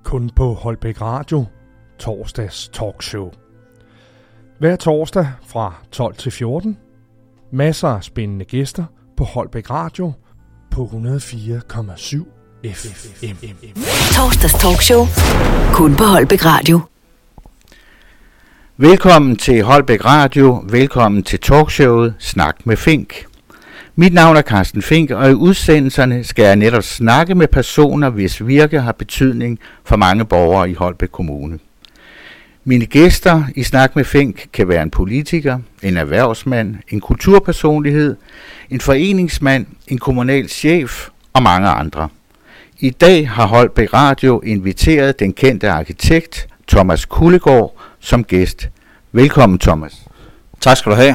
kun på Holbæk Radio, torsdags talkshow. Hver torsdag fra 12 til 14. Masser af spændende gæster på Holbæk Radio på 104,7 FM. Torsdags talkshow, kun på Holbæk Radio. Velkommen til Holbæk Radio, velkommen til talkshowet Snak med Fink. Mit navn er Carsten Fink, og i udsendelserne skal jeg netop snakke med personer, hvis virke har betydning for mange borgere i Holbæk Kommune. Mine gæster i Snak med Fink kan være en politiker, en erhvervsmand, en kulturpersonlighed, en foreningsmand, en kommunal chef og mange andre. I dag har Holbæk Radio inviteret den kendte arkitekt Thomas Kullegaard som gæst. Velkommen, Thomas. Tak skal du have.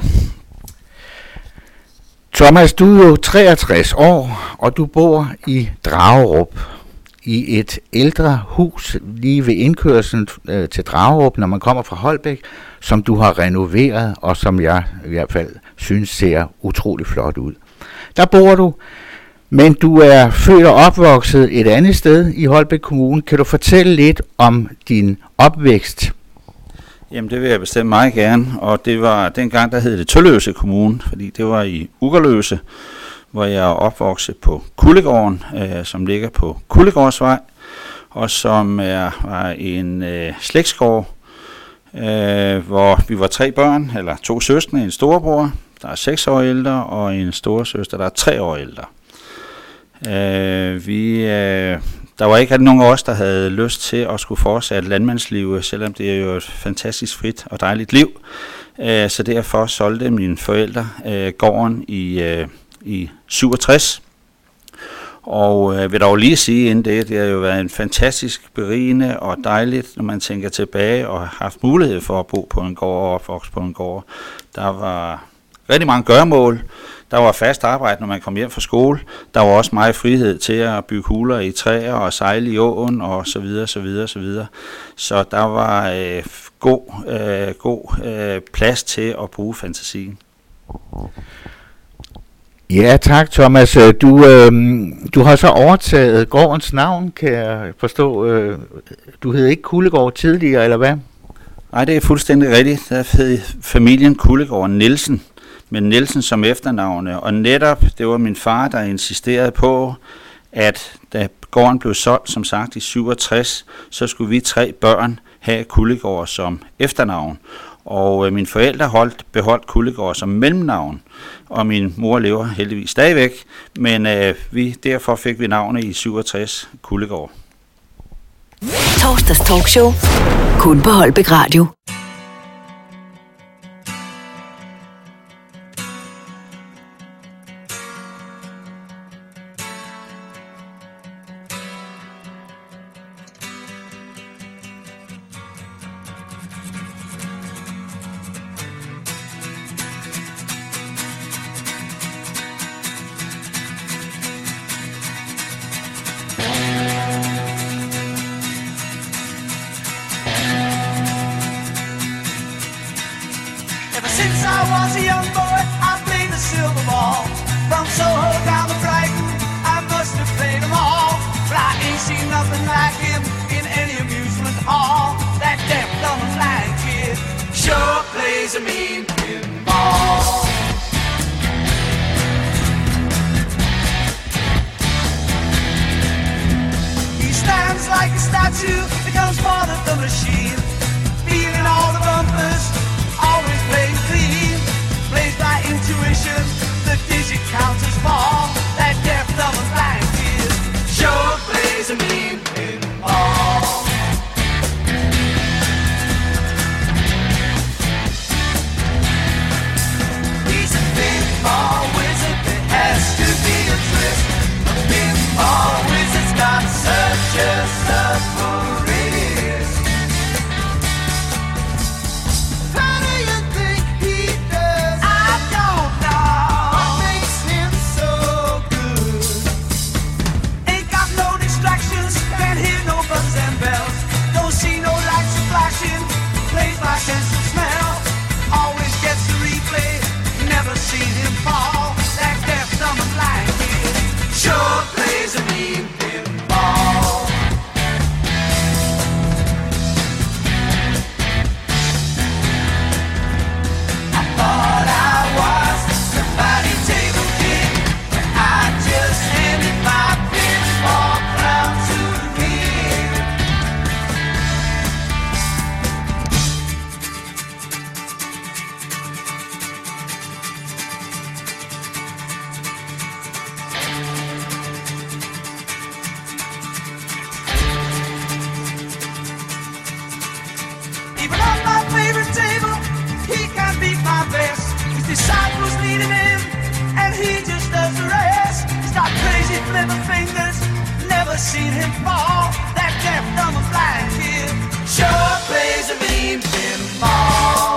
Thomas, du er jo 63 år, og du bor i Dragerup, i et ældre hus lige ved indkørslen til Dragerup, når man kommer fra Holbæk, som du har renoveret, og som jeg i hvert fald synes ser utrolig flot ud. Der bor du, men du er født og opvokset et andet sted i Holbæk Kommune. Kan du fortælle lidt om din opvækst? Jamen det vil jeg bestemt meget gerne, og det var dengang, der hed det Tølløse Kommune, fordi det var i Ugerløse, hvor jeg er opvokset på Kullegården, som ligger på Kullegårdsvej, og som var en slægtsgård, hvor vi var 3 børn, eller 2 søskende, en storebror, der er 6 år ældre, og en storesøster, der er 3 år ældre. Der var ikke nogen af os, der havde lyst til at skulle fortsætte landmandslivet, selvom det er jo et fantastisk frit og dejligt liv. Så derfor solgte mine forældre gården i 67. Og vil dog lige sige inden det har jo været en fantastisk berigende og dejligt, når man tænker tilbage og har haft mulighed for at bo på en gård og opvokse på en gård. Der var rigtig mange gøremål. Der var fast arbejde, når man kom hjem fra skole. Der var også meget frihed til at bygge huler i træer og sejle i åen og så videre, så videre, så videre. Så der var god plads til at bruge fantasien. Ja, tak Thomas. Du har så overtaget gårdens navn, kan jeg forstå. Du hed ikke Kullegaard tidligere, eller hvad? Nej, det er fuldstændig rigtigt. Der hed familien Kullegaard Nielsen, men Nielsen som efternavne. Og netop, det var min far, der insisterede på, at da gården blev solgt, som sagt i 67, så skulle vi 3 børn have Kullegaard som efternavn. Og mine forældre beholdt Kullegaard som mellemnavn, og min mor lever heldigvis stadigvæk, men derfor fik vi navnet i 67 Kullegaard. Torsdags talkshow, kun på Holbæk Radio. beating him, and he just does the rest. He's got crazy flipper fingers, never seen him fall. That deaf, dumb, and blind kid sure plays a mean pinball.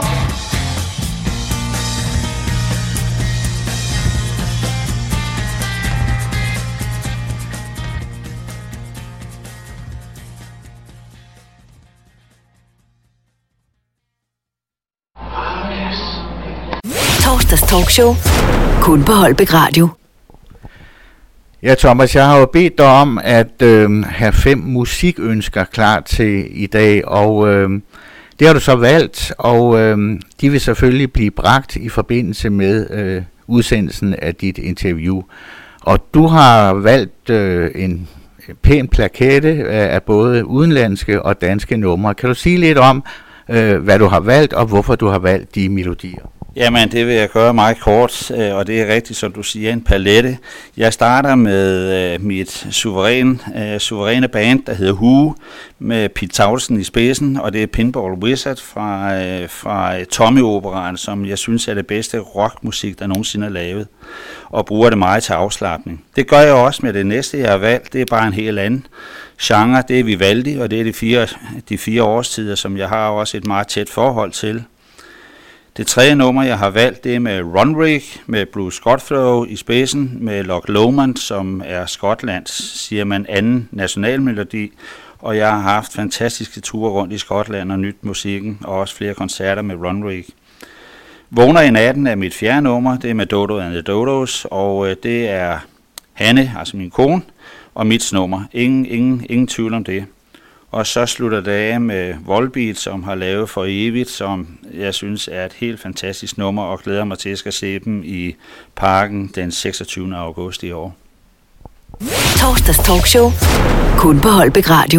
Torsdags talkshow. Kun på Holbæk Radio. Ja, Thomas, jeg har jo bedt dig om at have 5 musikønsker klar til i dag, og det har du så valgt, og de vil selvfølgelig blive bragt i forbindelse med udsendelsen af dit interview. Og du har valgt en pæn plakette af både udenlandske og danske numre. Kan du sige lidt om, hvad du har valgt, og hvorfor du har valgt de melodier? Jamen, det vil jeg gøre meget kort, og det er rigtigt, som du siger, en palette. Jeg starter med mit suveræne band, der hedder Who, med Pete Townsend i spidsen, og det er Pinball Wizard fra Tommy-operaen, som jeg synes er det bedste rockmusik, der nogensinde er lavet, og bruger det meget til afslapning. Det gør jeg også med det næste, jeg har valgt. Det er bare en helt anden genre. Det er Vivaldi, og det er de fire årstider, som jeg har også et meget tæt forhold til. Det tredje nummer, jeg har valgt, det er med Runrig, med Bruce Godfrey i spidsen, med Loch Lomond, som er Skotlands, siger man, anden nationalmelodi. Og jeg har haft fantastiske ture rundt i Skotland og nyt musikken, og også flere koncerter med Runrig. Vågner i natten er mit fjerde nummer, det er med Dodo and the Dodos, og det er Hanne, altså min kone, og mit nummer. Ingen tvivl om det. Og så slutter det af med Volbeat, som har lavet For Evigt, som jeg synes er et helt fantastisk nummer, og glæder mig til at skal se dem i Parken den 26. august i år. Torsdags talkshow. Kun på Holbæk Radio.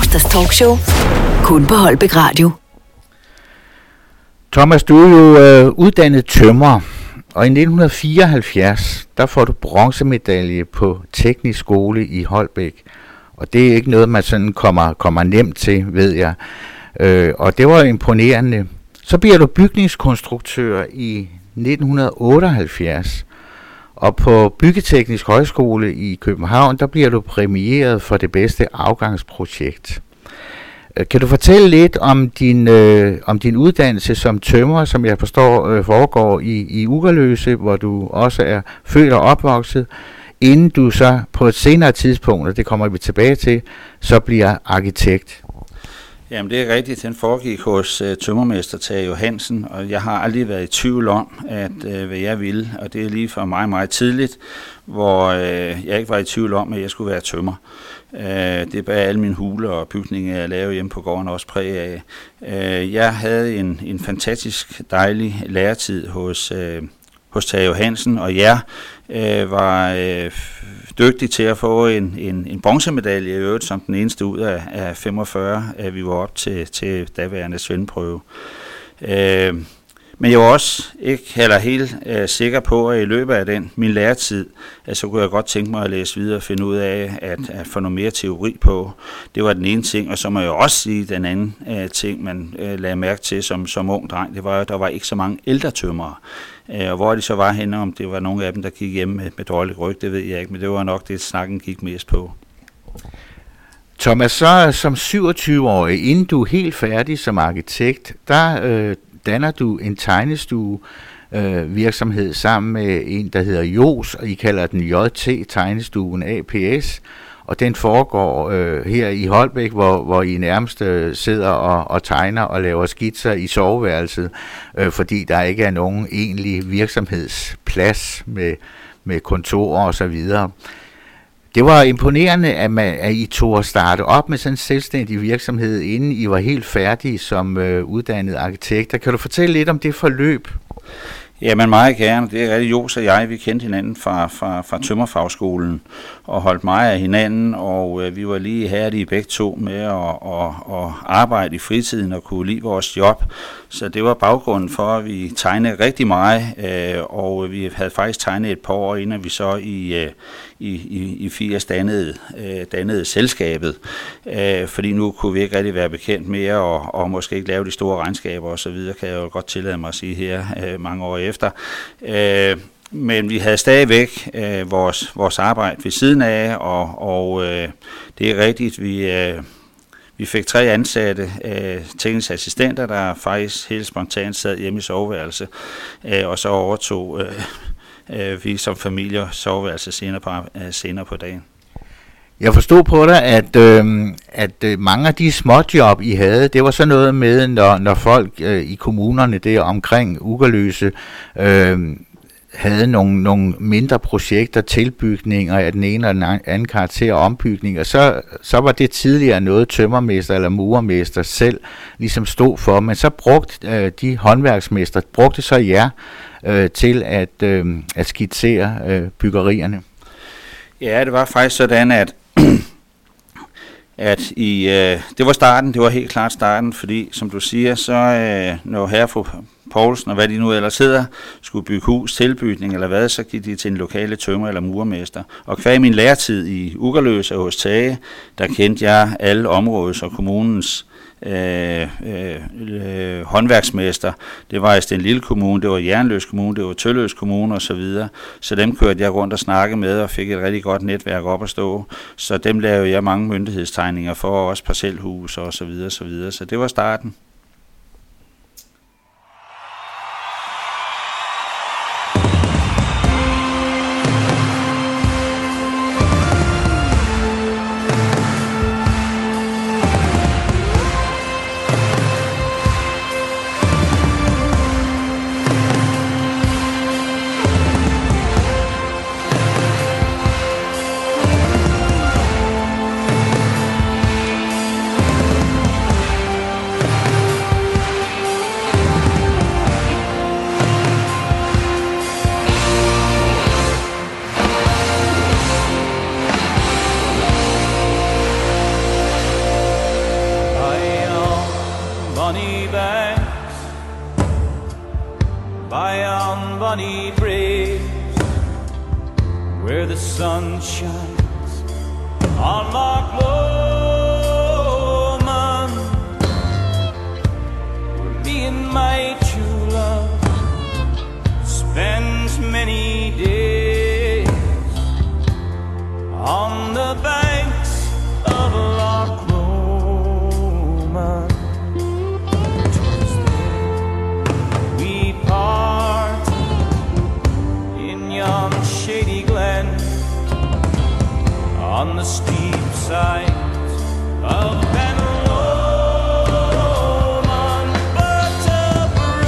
Torsdags talkshow. Kun på Holbæk Radio. Thomas, du er jo uddannet tømrer, og i 1974, der får du bronzemedalje på teknisk skole i Holbæk. Og det er ikke noget, man sådan kommer nemt til, ved jeg. Og det var imponerende. Så bliver du bygningskonstruktør i 1978. Og på Byggeteknisk Højskole i København, der bliver du præmieret for det bedste afgangsprojekt. Kan du fortælle lidt om din uddannelse som tømrer, som jeg forstår foregår i Ugerløse, hvor du også er født og opvokset, inden du så på et senere tidspunkt, og det kommer vi tilbage til, så bliver arkitekt? Jamen det er rigtigt, den foregik hos tømmermester Tage Johansen, og jeg har aldrig været i tvivl om, hvad jeg ville, og det er lige for mig meget tidligt, hvor jeg ikke var i tvivl om, at jeg skulle være tømrer. Det bærer alle mine huler og bygninger, jeg lavede hjemme på gården, også præg af. Jeg havde en fantastisk dejlig læretid hos Tage Johansen, og jeg var dygtig til at få en bronzemedalje i øvrigt, som den eneste ud af 45, vi var op til daværende svendeprøve. Men jeg var også ikke heller helt sikker på, at i løbet af min læretid, så kunne jeg godt tænke mig at læse videre og finde ud af at få noget mere teori på. Det var den ene ting, og så må jeg også sige den anden ting, man lagde mærke til som ung dreng, det var, at der var ikke så mange ældre tømrere. Og hvor de så var henne, om det var nogle af dem, der gik hjemme med dårlig ryg, det ved jeg ikke, men det var nok det, snakken gik mest på. Thomas, så som 27-årig, inden du er helt færdig som arkitekt, der danner du en tegnestue virksomhed sammen med en, der hedder JOS, og I kalder den JT, tegnestuen APS, og den foregår her i Holbæk, hvor I nærmest sidder og tegner og laver skitser i soveværelset, fordi der ikke er nogen egentlig virksomhedsplads med kontorer og så videre. Det var imponerende, at I tog at starte op med sådan en selvstændig virksomhed, inden I var helt færdige som uddannet arkitekter. Kan du fortælle lidt om det forløb? Jamen meget gerne. Det er rigtig Jos og jeg, vi kendte hinanden fra tømmerfagskolen og holdt meget af hinanden, og vi var lige hærdige begge to med at arbejde i fritiden og kunne lide vores job. Så det var baggrunden for, at vi tegnede rigtig meget, og vi havde faktisk tegnet et par år, inden vi så i 80 dannede selskabet, fordi nu kunne vi ikke rigtig være bekendt mere og måske ikke lave de store regnskaber og så videre, kan jeg jo godt tillade mig at sige her mange år efter. Men vi havde stadigvæk vores arbejde ved siden af, og det er rigtigt, vi fik 3 ansatte tekniske assistenter, der faktisk helt spontant sad hjemme i soveværelse, og så overtog vi som familie soveværelse senere på dagen. Jeg forstod på dig, at mange af de småjob, I havde, det var sådan noget med, når folk i kommunerne der omkring Ugerløse havde nogle mindre projekter, tilbygninger af den ene og den anden karakter, ombygninger, så var det tidligere noget tømmermester eller murermester selv ligesom stod for, men så brugte de håndværksmester, brugte så jer til at skitsere byggerierne. Ja, det var faktisk sådan, at det var starten, det var helt klart starten, fordi som du siger, så når herre fru Poulsen og hvad de nu ellers hedder, skulle bygge hus, tilbygning eller hvad, så gik de til en lokale tømrer eller murermester. Og kvad min læretid i Ugerløse hos Tage, der kendte jeg alle området og kommunens håndværksmester. Det var i Stenlille Kommune, det var Jernløs Kommune, det var Tølløs Kommune og så videre. Så dem kørte jeg rundt og snakkede med og fik et rigtig godt netværk op at stå. Så dem lavede jeg mange myndighedstegninger for, også parcelhus og så videre, så videre. Så det var starten. on Bonnie Braes, where the sun shines on Loch Lomond, where me and my true love spends many days on the banks of Loch Lomond. 'Twas there we part in yon shady glen on the steep sides of Ben Lomond. But a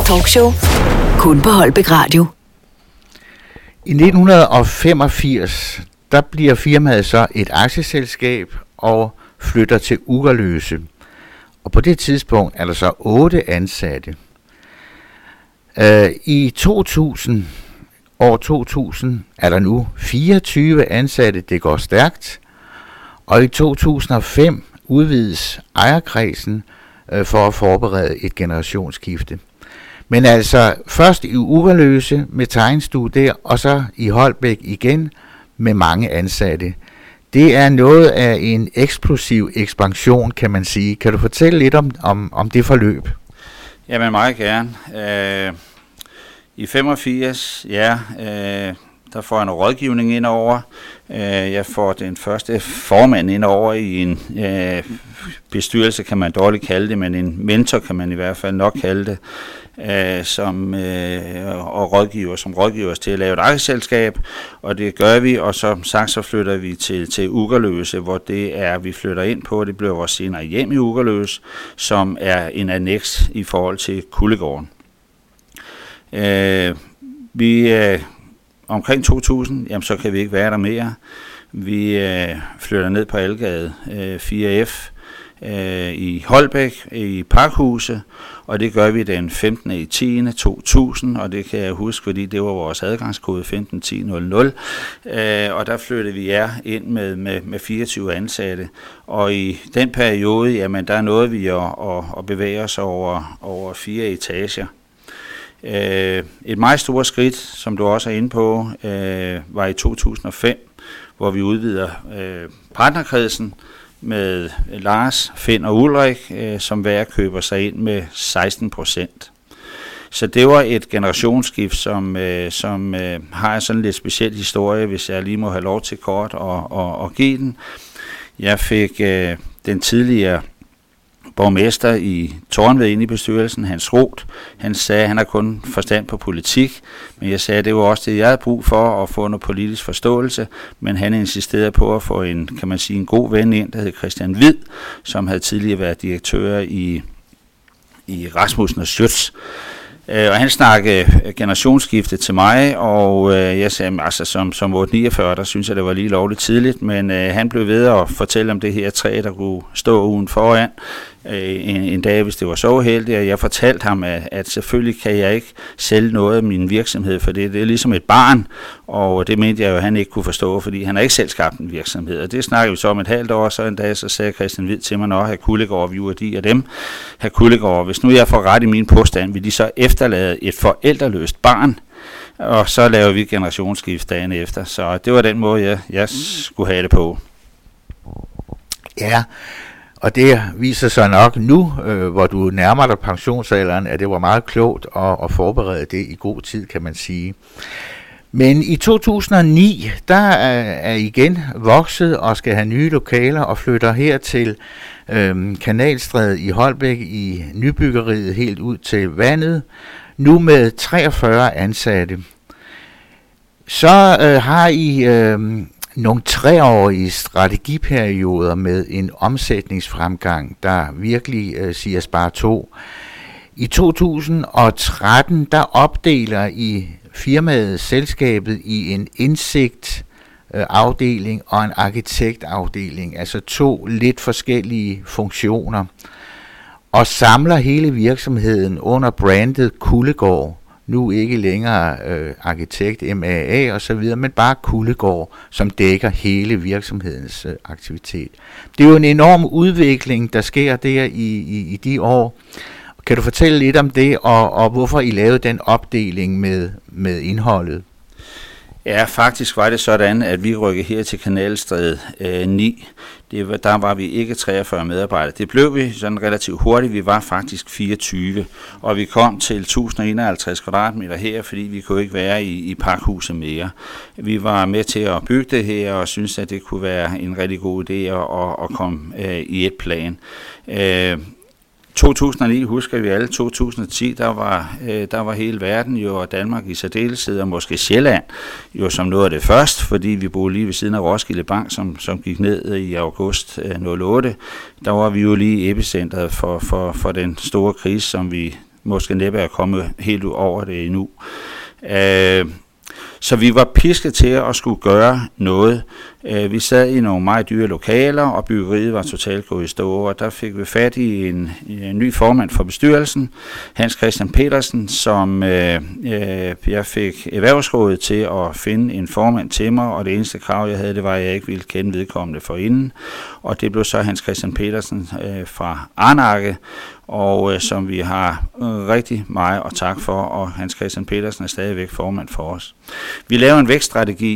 talkshow. Kun på Holbæk Radio. I 1985, der bliver firmaet så et aktieselskab og flytter til Ugerløse. Og på det tidspunkt er der så 8 ansatte. I år 2000 er der nu 24 ansatte, det går stærkt. Og i 2005 udvides ejerkredsen for at forberede et generationsskifte. Men altså først i Ugerløse med tegnestue der, og så i Holbæk igen med mange ansatte. Det er noget af en eksplosiv ekspansion, kan man sige. Kan du fortælle lidt om det forløb? Jamen meget gerne. I 85, der får jeg noget rådgivning ind over. Jeg får den første formand ind over i en bestyrelse, kan man dårligt kalde det, men en mentor kan man i hvert fald nok kalde det, og rådgiver os til at lave et aktieselskab, og det gør vi, og som sagt så flytter vi til Ugerløse, hvor det er, vi flytter ind på, det bliver vores senere hjem i Ugerløse, som er en anneks i forhold til Kuldegården. Vi omkring 2000, jamen så kan vi ikke være der mere. Vi flytter ned på Algade 4F i Holbæk i Parkhuse, og det gør vi den 15.10.2000, og det kan jeg huske, fordi det var vores adgangskode 15.10.00, og der flyttede vi ind med 24 ansatte, og i den periode, jamen der nåede vi at bevæge os over 4 etager. Et meget stort skridt, som du også er inde på, var i 2005, hvor vi udvider partnerkredsen med Lars, Finn og Ulrik, som hver køber sig ind med 16%. Så det var et generationsskift, som har sådan lidt speciel historie, hvis jeg lige må have lov til kort og give den. Jeg fik den tidligere borgmester i Tornved inde i bestyrelsen, Hans Roth. Han sagde, at han har kun forstand på politik, men jeg sagde, at det var også det, jeg havde brug for at få noget politisk forståelse, men han insisterede på at få en god ven ind, der hed Christian Hvid, som havde tidligere været direktør i Rasmussen og Schütz. Og han snakkede generationsskifte til mig, og jeg sagde, altså som 849, der synes jeg, det var lige lovligt tidligt, men han blev ved at fortælle om det her træ, der kunne stå ugen foran en dag, hvis det var så uheldigt, og jeg fortalte ham, at selvfølgelig kan jeg ikke sælge noget af min virksomhed, for det er ligesom et barn, og det mente jeg jo, at han ikke kunne forstå, fordi han har ikke selv skabt en virksomhed, og det snakkede vi så om et halvt år, så en dag, så sagde Christian Hvid til mig, når Herr Kuldegård, vi var de af dem, Herr Kuldegård, hvis nu jeg får ret i min påstand, vil de så efterlade et forældreløst barn, og så laver vi generationsskift dagen efter, så det var den måde, jeg skulle have det på. Ja, og det viser sig nok nu, hvor du nærmer dig pensionsalderen, at det var meget klogt at forberede det i god tid, kan man sige. Men i 2009, der er igen vokset og skal have nye lokaler og flytter her til Kanalstræde i Holbæk i nybyggeriet helt ud til vandet, nu med 43 ansatte. Så har I nogle 3-årige strategiperioder med en omsætningsfremgang, der virkelig siger spar 2. I 2013, der opdeler I firmaet selskabet i en indsigtafdeling og en arkitektafdeling, altså 2 lidt forskellige funktioner, og samler hele virksomheden under brandet Kuldegård. Nu ikke længere arkitekt, MAA og så videre, men bare Kuldegård, som dækker hele virksomhedens aktivitet. Det er jo en enorm udvikling, der sker der i de år. Kan du fortælle lidt om det, og hvorfor I lavede den opdeling med indholdet? Ja, faktisk var det sådan, at vi rykkede her til Kanalstræde 9. Der var vi ikke 43 medarbejdere. Det blev vi sådan relativt hurtigt. Vi var faktisk 24, og vi kom til 1051 kvadratmeter her, fordi vi kunne ikke være i Parkhuset mere. Vi var med til at bygge det her, og synes at det kunne være en rigtig god idé at komme i et plan. 2009 husker vi alle, 2010, der var hele verden jo, og Danmark i særdeleshed, og måske Sjælland jo som noget af det først, fordi vi boede lige ved siden af Roskilde Bank, som gik ned i august 08. Der var vi jo lige i epicentret for den store krise, som vi måske næppe er kommet helt ud over det endnu. Så vi var pisket til at skulle gøre noget. Vi sad i nogle meget dyre lokaler, og byggeriet var totalt gået i stå, og der fik vi fat i en ny formand for bestyrelsen, Hans Christian Petersen, som jeg fik erhvervsrådet til at finde en formand til mig, og det eneste krav, jeg havde, det var, at jeg ikke ville kende vedkommende forinden. Og det blev så Hans Christian Petersen fra Arnakke, og som vi har rigtig meget at takke for, og Hans Christian Petersen er stadigvæk formand for os. Vi lavede en vækststrategi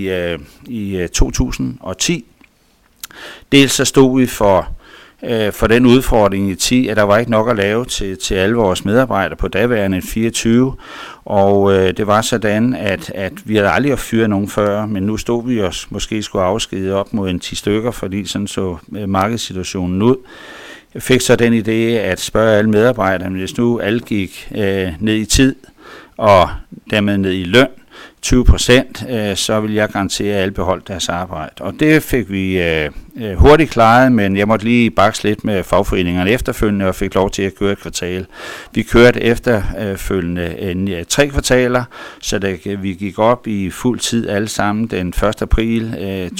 i 2010. Dels så stod vi for den udfordring i 10, at der var ikke nok at lave til alle vores medarbejdere på daværende 24, og det var sådan, at vi havde aldrig fyret nogen før, men nu stod vi os måske skulle afskede op mod en 10 stykker, fordi sådan så markedssituationen ud. Jeg fik så den idé at spørge alle medarbejdere, hvis nu alle gik ned i tid og dermed ned i løn, 20%, så vil jeg garantere, at alle beholdt deres arbejde. Og det fik vi hurtigt klaret, men jeg måtte lige bakse lidt med fagforeningerne efterfølgende og fik lov til at køre et kvartal. Vi kørte efterfølgende 3 kvartaler, så vi gik op i fuld tid alle sammen den 1. april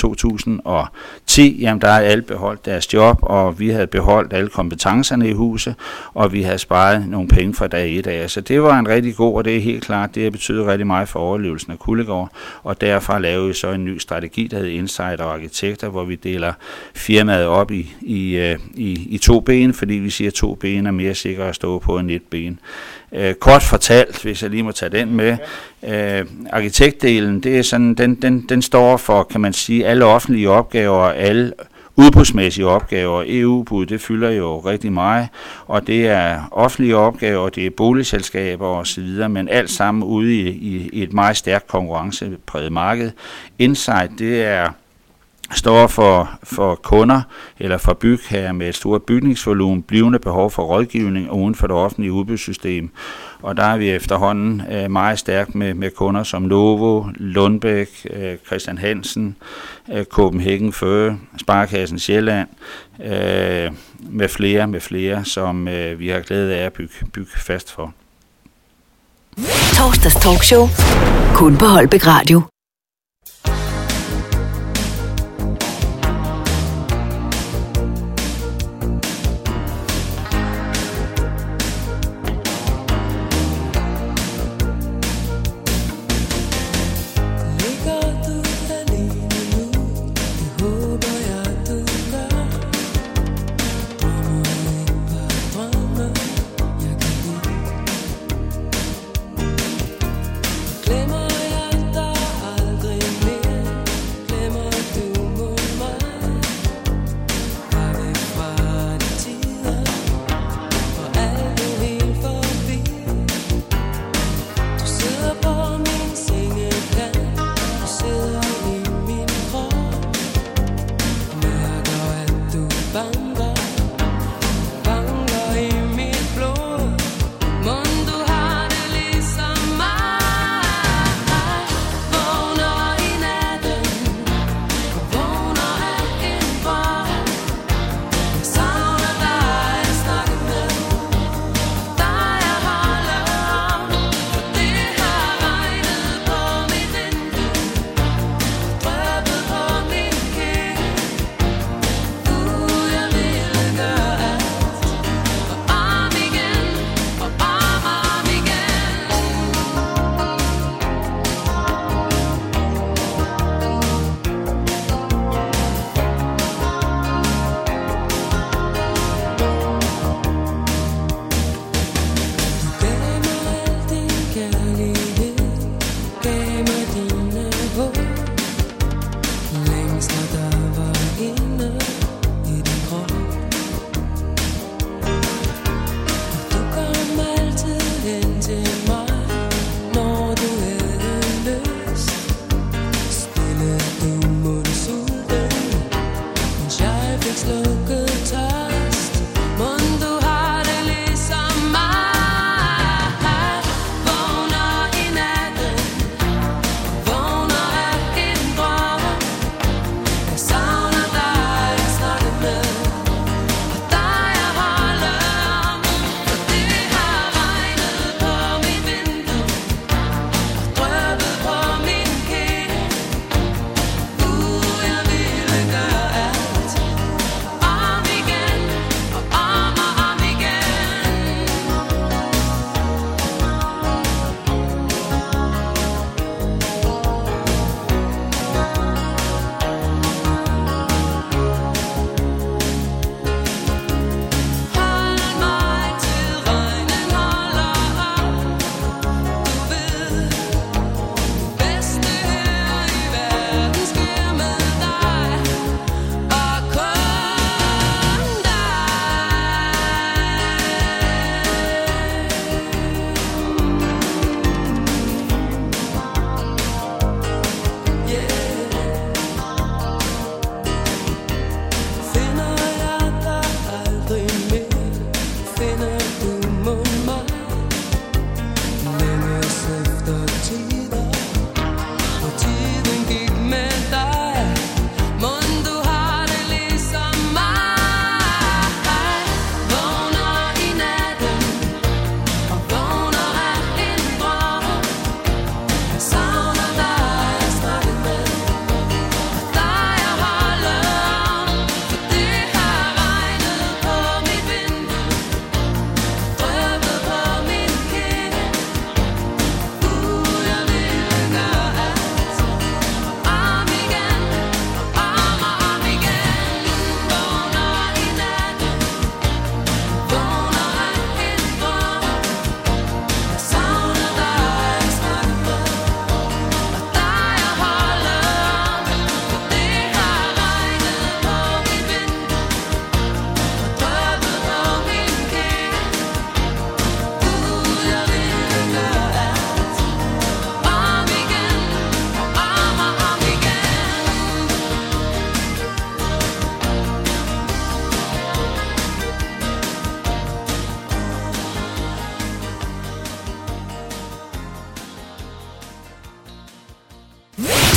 2010. Jamen, der havde alle beholdt deres job, og vi havde beholdt alle kompetencerne i huset, og vi havde sparet nogle penge fra dag 1 af. Så det var en rigtig god, og det er helt klart, det har betydet rigtig meget for overlevelsen af Kullegård, og derfra lavede vi så en ny strategi, der hed Insight og Arkitekter, hvor vi deler firmaet op i 2 ben, fordi vi siger, at 2 ben er mere sikre at stå på end 1 ben. Kort fortalt, hvis jeg lige må tage den med, arkitektdelen, det er sådan, den står for, kan man sige, alle offentlige opgaver, alle udbudsmæssige opgaver. EU-bud, det fylder jo rigtig meget, og det er offentlige opgaver, det er boligselskaber osv., men alt sammen ude i et meget stærkt konkurrencepræget marked. Insight, det står for kunder eller for bygherrer med et stort bygningsvolumen, blivende behov for rådgivning uden for det offentlige udbudssystem. Og der er vi efterhånden meget stærkt med kunder som Novo, Lundbæk, Christian Hansen, Copenhagen Føge, Sparekassen Sjælland, med flere, som vi har glæde af at bygge fast for. Torsdags talkshow. Kun på Holbæk Radio. Glemmer jeg dig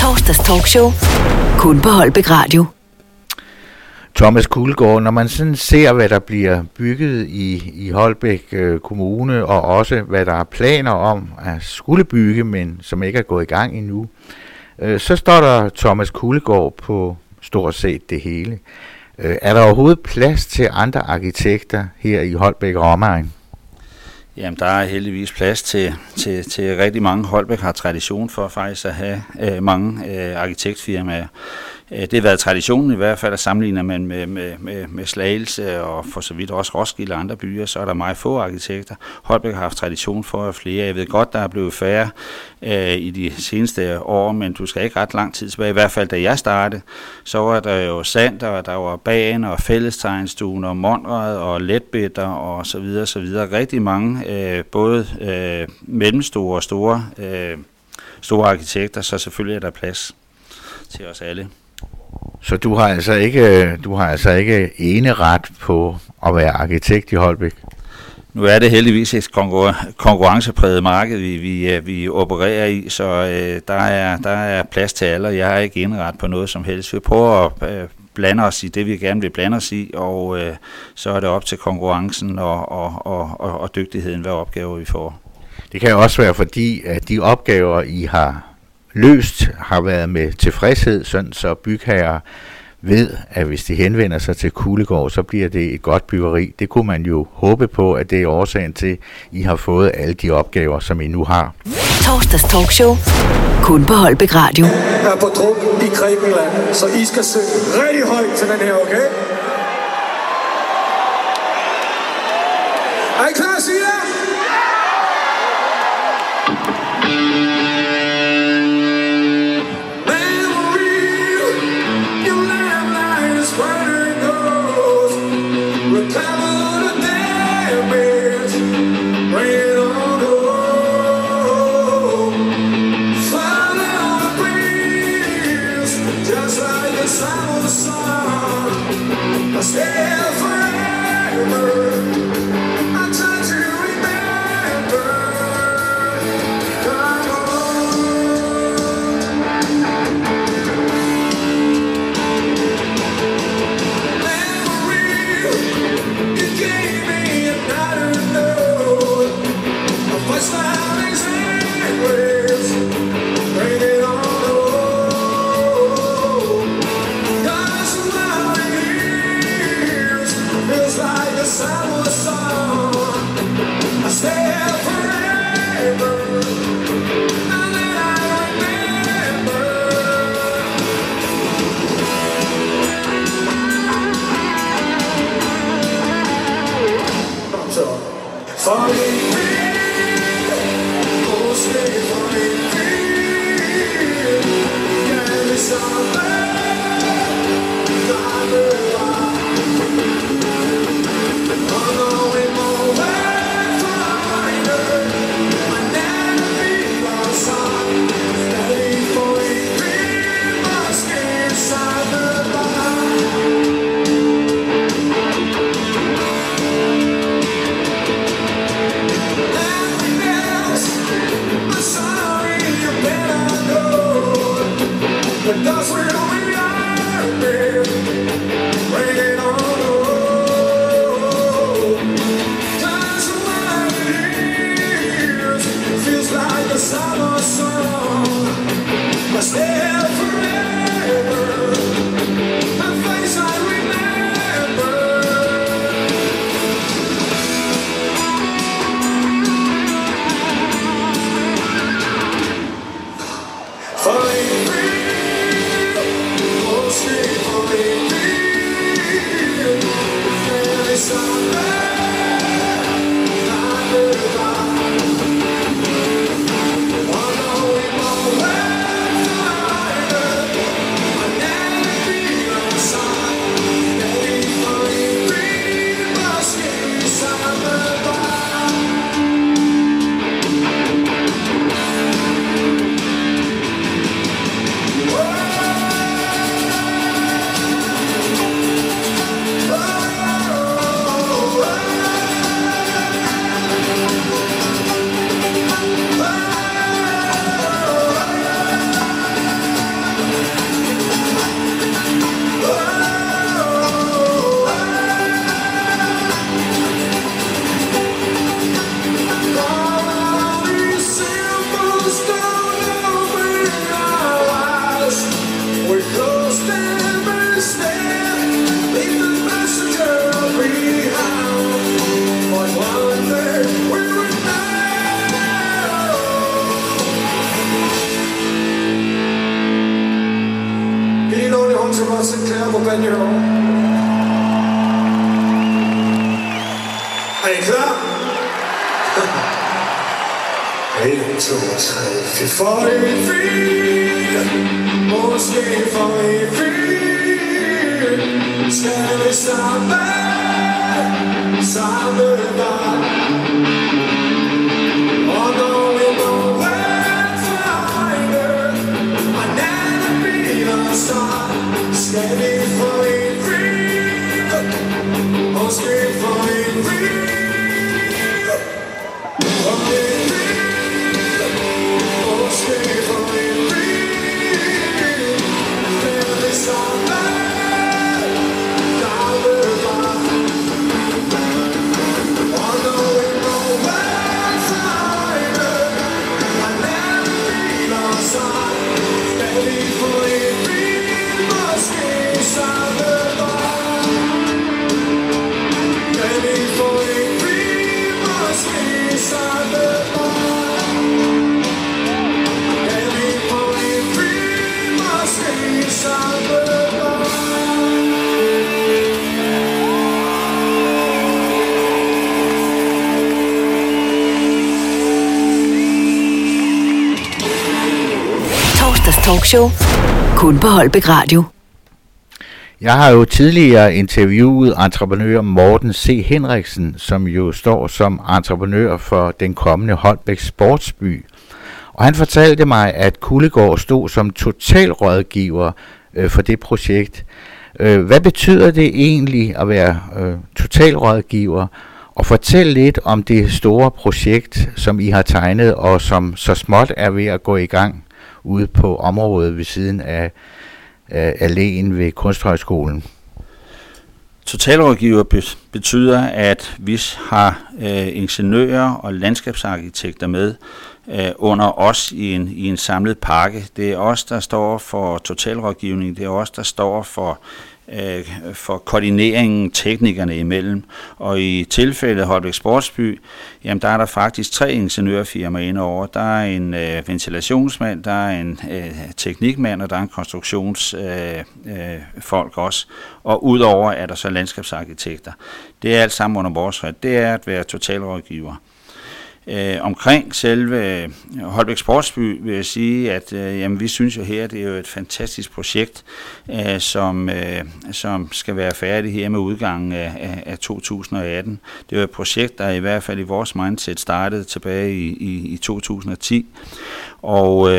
Torsdags talkshow. Kun på Holbæk Radio. Thomas Kuldgaard, når man sådan ser, hvad der bliver bygget i Holbæk Kommune, og også hvad der er planer om at skulle bygge, men som ikke er gået i gang endnu, så står der Thomas Kuldgaard på stort set det hele. Er der overhovedet plads til andre arkitekter her i Holbæk og omegn? Jamen, der er heldigvis plads til rigtig mange. Holbæk har tradition for faktisk at have mange arkitektfirmaer. Det har været traditionen i hvert fald, at sammenligner man med Slagelse og for så vidt også Roskilde og andre byer, så er der meget få arkitekter. Holbæk har haft tradition for flere. Jeg ved godt, der er blevet færre i de seneste år, men du skal ikke ret lang tid tilbage. I hvert fald, da jeg startede, så var der jo Sander, og der var Bagen og Fællestegnstuen og Monrad og Letbitter og så videre, så videre. Rigtig mange, både mellemstore og store arkitekter, så selvfølgelig er der plads til os alle. Så du har altså ikke eneret på at være arkitekt i Holbæk? Nu er det heldigvis et konkurrencepræget marked, vi opererer i, så der er plads til alle, og jeg har ikke eneret på noget som helst. Vi prøver at blande os i det, vi gerne vil blande os i, og så er det op til konkurrencen og dygtigheden, hvad opgaver vi får. Det kan jo også være fordi, at de opgaver, I har løst, har været med tilfredshed, sådan så bygherrer ved, at hvis de henvender sig til Kuldgaard, så bliver det et godt byggeri. Det kunne man jo håbe på, at det er årsagen til, at I har fået alle de opgaver, som I nu har. Torsdags talkshow. Kun på Holbæk Radio. Jeg er på druk i Grækenland, så I skal synge rigtig højt til den her, okay? Er I klar at sige det? til Martin Sinclair på banjo. Er I klar? 1, 2, 3, 4, for evigt. Måske for evigt. Skal vi samme vej. Og når vi når vel fejle, og natten bliver start, skal vi for evigt. Måske for evigt. Talkshow. Kun på Holbæk Radio. Jeg har jo tidligere interviewet entreprenør Morten C. Henriksen, som jo står som entreprenør for den kommende Holbæk Sportsby. Og han fortalte mig, at Kullegård stod som totalrådgiver for det projekt. Hvad betyder det egentlig at være totalrådgiver? Og fortæl lidt om det store projekt, som I har tegnet, og som så småt er ved at gå i gang ude på området ved siden af alléen ved Kunsthøjskolen. Totalrådgiver betyder, at vi har ingeniører og landskabsarkitekter med under os i en samlet pakke. Det er os, der står for totalrådgivning, det er os, der står for koordineringen teknikerne imellem. Og i tilfældet Holbæk Sportsby, jamen der er der faktisk 3 ingeniørfirmaer inde over. Der er en ventilationsmand, der er en teknikmand, og der er en konstruktionsfolk også. Og udover er der så landskabsarkitekter. Det er alt sammen under vores ret. Det er at være totalrådgiver. Omkring selve Holbæk Sportsby vil jeg sige, at jamen, vi synes jo her, det er jo et fantastisk projekt, som skal være færdigt her med udgangen af 2018. Det er jo et projekt, der i hvert fald i vores mindset startede tilbage i 2010. Og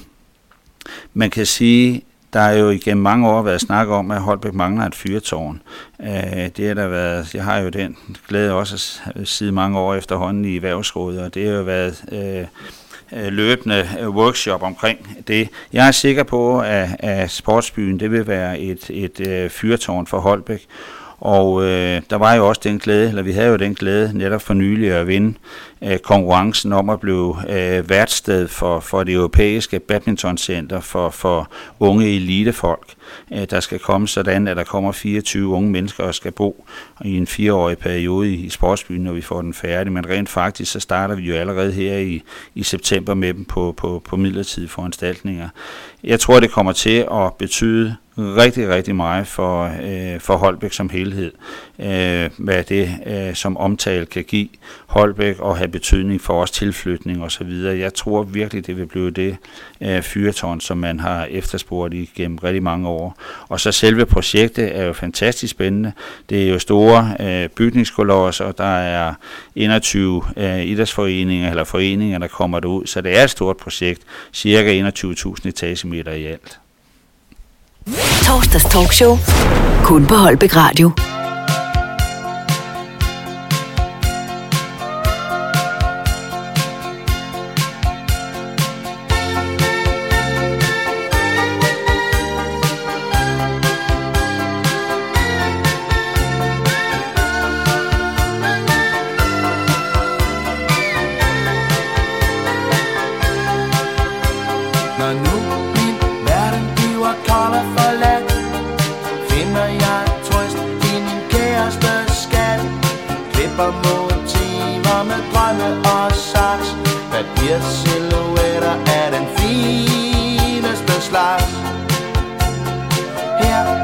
man kan sige, der er jo igennem mange år været snak om, at Holbæk mangler et fyrtårn. Det har der været, jeg har jo den glæde også siden mange år efterhånden i Erhvervsrådet, og det har jo været løbende workshop omkring det. Jeg er sikker på, at Sportsbyen det vil være et fyrtårn for Holbæk. Og der var jo også den glæde, eller vi havde jo den glæde netop for nylig at vinde konkurrencen om at blive værtsted for det europæiske badmintoncenter for unge elitefolk. Der skal komme sådan, at der kommer 24 unge mennesker og skal bo i en 4-årig periode i Sportsbyen, når vi får den færdig. Men rent faktisk, så starter vi jo allerede her i september med dem på midlertidige foranstaltninger. Jeg tror, det kommer til at betyde rigtig, rigtig meget for Holbæk som helhed. Hvad det som omtale kan give Holbæk og have betydning for vores tilflytning osv. Jeg tror virkelig, det vil blive det fyrtårn, som man har efterspurgt igennem rigtig mange år. Og så selve projektet er jo fantastisk spændende. Det er jo store bygningskolosser, og der er 21 idrætsforeninger eller foreninger, der kommer derud. Så det er et stort projekt. Cirka 21.000 etagemeter i alt. Torsdags Talkshow. Kun på Holbæk Radio. Silhuetter af den fineste slags. Her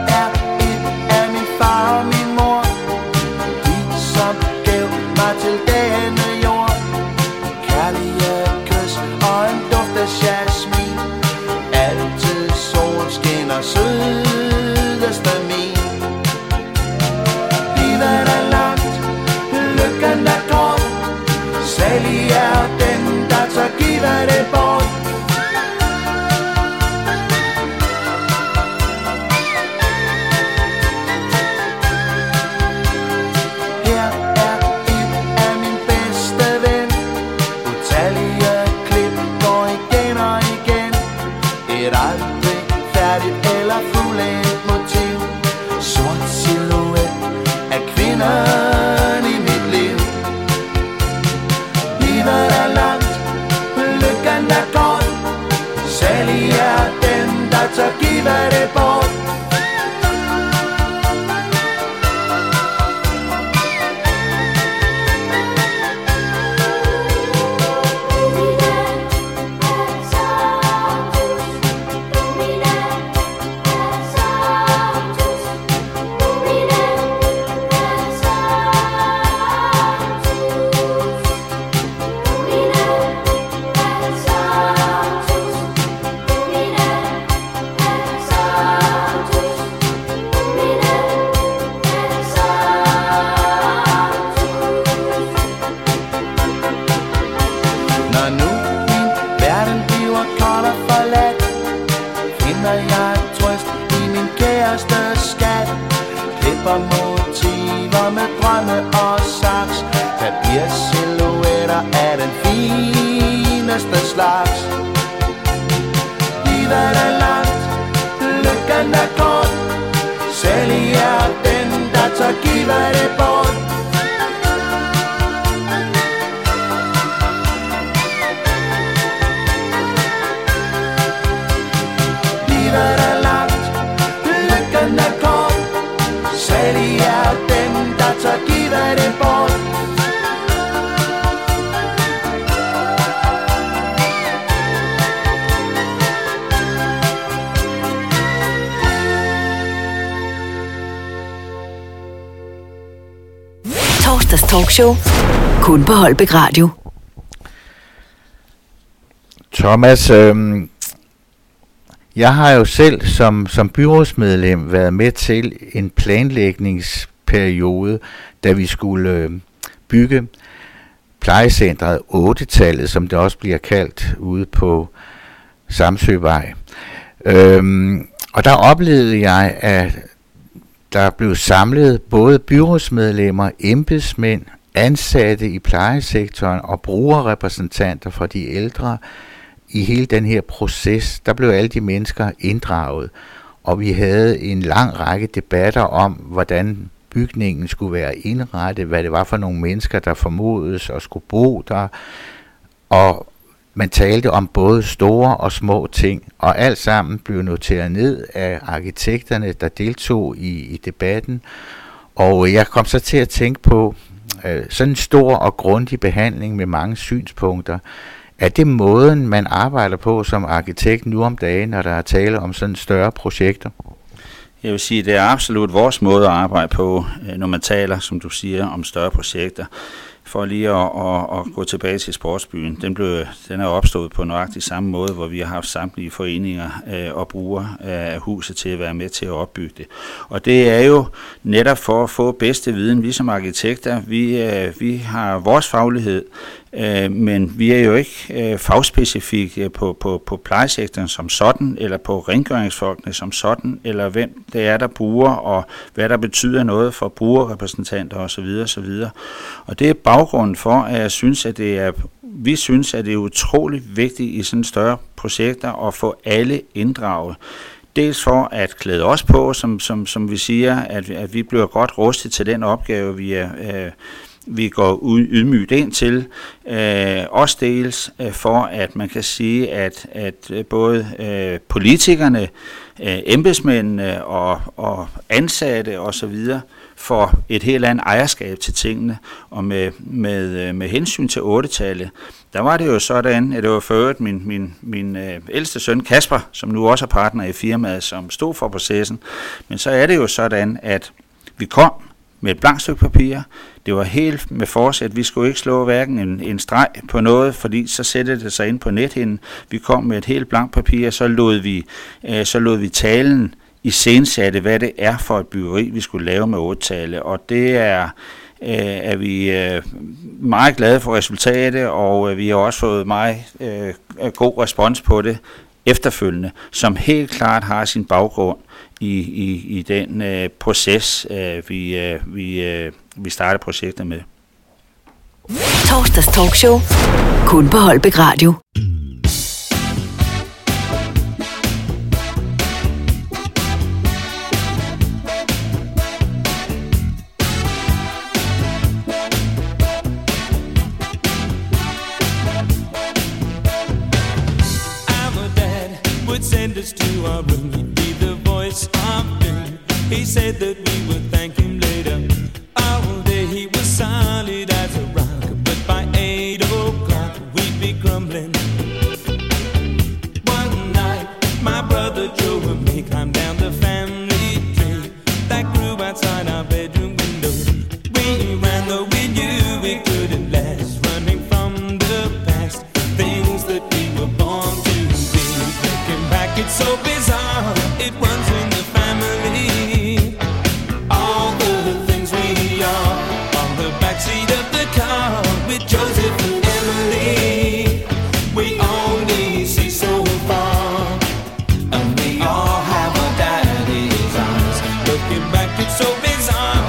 giver det bort. Motiver med drømme og saks, papirsilhuetter af den fineste slags. Livet er langt, lykken er kort, særlig er den, der tør give det bort. Livet er langt, lykken er kort, særlig er den, der tør give det bort. Torsdags talkshow. Kun på Holbæk Radio. Thomas, jeg har jo selv som byrådsmedlem været med til en planlægningsperiode, da vi skulle bygge plejecentret 8-tallet, som det også bliver kaldt, ude på Samsøvej. Og der oplevede jeg, at der blev samlet både byrådsmedlemmer, embedsmænd, ansatte i plejesektoren og brugerrepræsentanter fra de ældre i hele den her proces. Der blev alle de mennesker inddraget, og vi havde en lang række debatter om, hvordan bygningen skulle være indrettet, hvad det var for nogle mennesker, der formodes at skulle bo der, og man talte om både store og små ting, og alt sammen blev noteret ned af arkitekterne, der deltog i debatten. Og jeg kom så til at tænke på sådan en stor og grundig behandling med mange synspunkter. Er det måden, man arbejder på som arkitekt nu om dagen, når der er tale om sådan større projekter? Jeg vil sige, at det er absolut vores måde at arbejde på, når man taler, som du siger, om større projekter. For lige at gå tilbage til sportsbyen, den er opstået på nøjagtig samme måde, hvor vi har haft samtlige foreninger og brugere af huset til at være med til at opbygge det. Og det er jo netop for at få bedste viden. Vi som arkitekter, vi har vores faglighed, men vi er jo ikke fagspecifikke på plejesektoren som sådan, eller på rengøringsfolkene som sådan, eller hvem det er, der bruger, og hvad der betyder noget for brugerrepræsentanter osv. osv. Og det er baggrunden for, at vi synes, at det er utrolig vigtigt i sådan større projekter at få alle inddraget. Dels for at klæde os på, som vi siger, at vi bliver godt rustet til den opgave, vi går ydmygt ind til. Også dels for, at man kan sige, at både politikerne, embedsmændene og ansatte osv. får et helt andet ejerskab til tingene. Og med hensyn til 8-tallet, der var det jo sådan, at det var for øvrigt min ældste søn Kasper, som nu også er partner i firmaet, som stod for processen. Men så er det jo sådan, at vi kom med et blankt stykke papir. Det var helt med forsæt. Vi skulle ikke slå hverken en streg på noget, fordi så sættede det sig ind på nethinden. Vi kom med et helt blankt papir, så lod vi talen iscenesætte, hvad det er for et byggeri, vi skulle lave med 8-tallet. Og det er vi meget glade for resultatet, og vi har også fået meget god respons på det efterfølgende, som helt klart har sin baggrund i den proces, vi startede projektet med. Torsdags talkshow. Kun på Holbæk Radio. Send us to our room, he'd be the He said that we would thank him later. All day he was solid as a rock, but by 8 o'clock we'd be grumbling. One night my brother Joe and me climbed down the family tree that grew outside our bedroom window. We ran though we knew we couldn't last, running from the past, things that we were born to be. Looking back, it's so bizarre, it runs in the family. All the things we are on the backseat of the car with Joseph and Emily. We only see so far, and we all have our daddy's eyes. Looking back, it's so bizarre.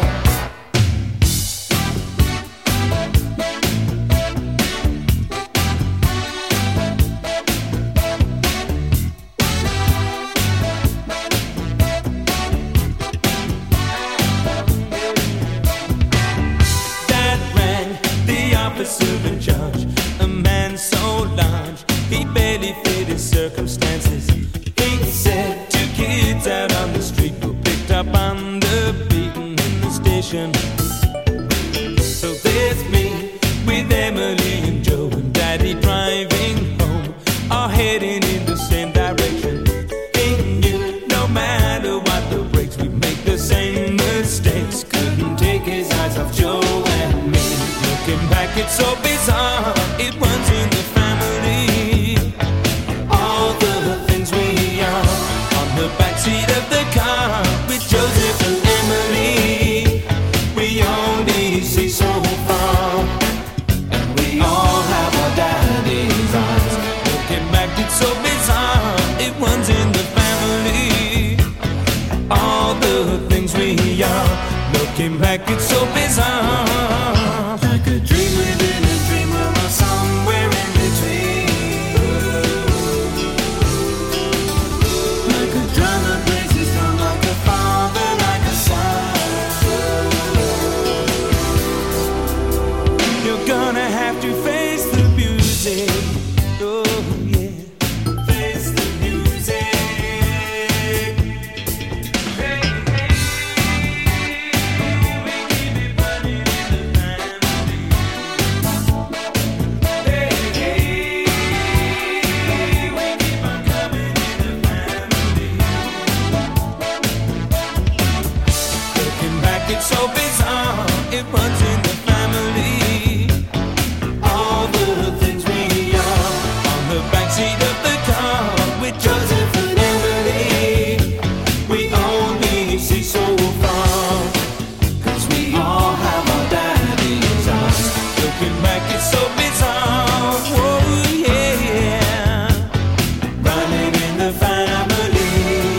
Dad rang the officer in charge, a man so large he barely fit his circumstances. He said 2 kids out on the street were picked up on the beaten in the station. So there's me with Emily and Joe and Daddy driving home, all heading in the same direction. He knew no matter what the brakes, we make the same mistakes. Couldn't take his eyes off Joe and me. Looking back, it's so bizarre, it runs in the family. All the things we are on the backseat of the car with Joseph and Emily. We only see so far, and we all have our daddy's eyes. Looking back, it's so bizarre, it runs in the family. All the things we are, looking back, it's so bizarre. Like a dream within a dream, or somewhere in between. Like a drama plays its drum, like a father, like a son. You're gonna have to face the music. Oh yeah, face the music. Hey, hey, we keep it running in the family. Hey, hey, we keep on coming in the family. Looking back, it's so bizarre, it runs in the family. All the things we are on the backseat of the car with Joseph and Emily. We only see so far, 'cause we all have our daddy's eyes. Looking back, it's so bizarre. Oh yeah, running in the family.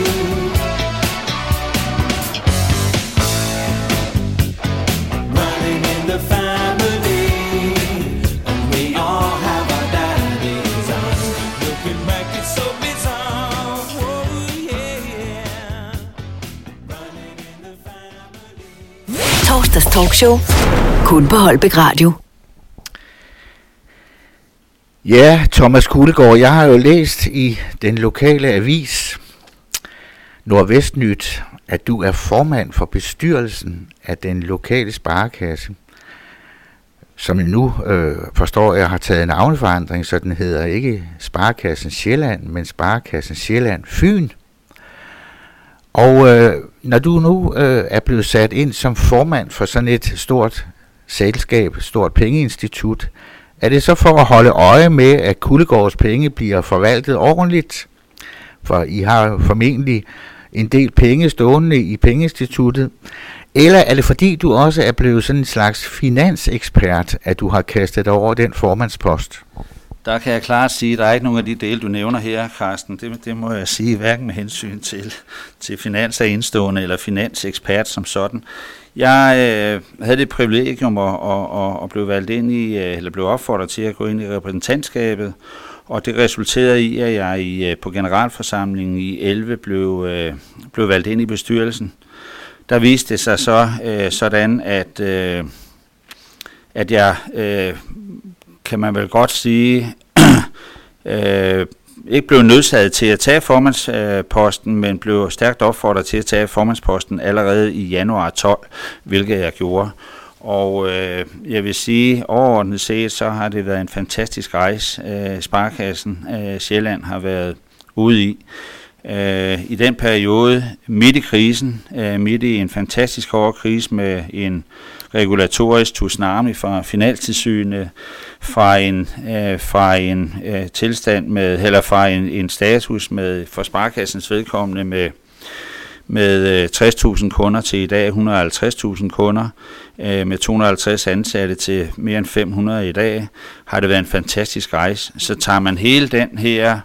Running in the family, and we all have our daddy's eyes. Looking back, it's so bizarre. Oh yeah, running in the family. Torsdags talkshow. Kun på Holbæk Radio. Ja, Thomas Kuglegaard, jeg har jo læst i den lokale avis Nordvestnyt, at du er formand for bestyrelsen af den lokale sparekasse, som nu forstår jeg har taget en navneforandring, så den hedder ikke Sparekassen Sjælland, men Sparekassen Sjælland Fyn. Og når du nu er blevet sat ind som formand for sådan et stort selskab, et stort pengeinstitut, er det så for at holde øje med, at Kuglegaards penge bliver forvaltet ordentligt? For I har formentlig en del penge stående i pengeinstituttet. Eller er det fordi, du også er blevet sådan en slags finansekspert, at du har kastet dig over den formandspost? Der kan jeg klart sige, at der er ikke nogen af de dele, du nævner her, Carsten. Det må jeg sige, hverken med hensyn til finans af indstående eller finansekspert som sådan. Jeg havde det privilegium at blive valgt ind i, eller blev opfordret til at gå ind i repræsentantskabet, og det resulterede i, at jeg på generalforsamlingen i 11 blev valgt ind i bestyrelsen. Der viste det sig så sådan, at jeg, kan man vel godt sige, ikke blev nødsaget til at tage formandsposten, men blev stærkt opfordret til at tage formandsposten allerede i januar 12, hvilket jeg gjorde. Og jeg vil sige, overordnet set, så har det været en fantastisk rejse, Sparekassen Sjælland har været ude i. I den periode, midt i krisen, midt i en fantastisk hård krise med en regulatorisk tsunami fra Finanstilsynet, fra en tilstand med, eller fra en status med for Sparekassens vedkommende med 60.000 kunder til i dag 150.000 kunder, med 250 ansatte til mere end 500 i dag, har det været en fantastisk rejse. Så tager man hele den her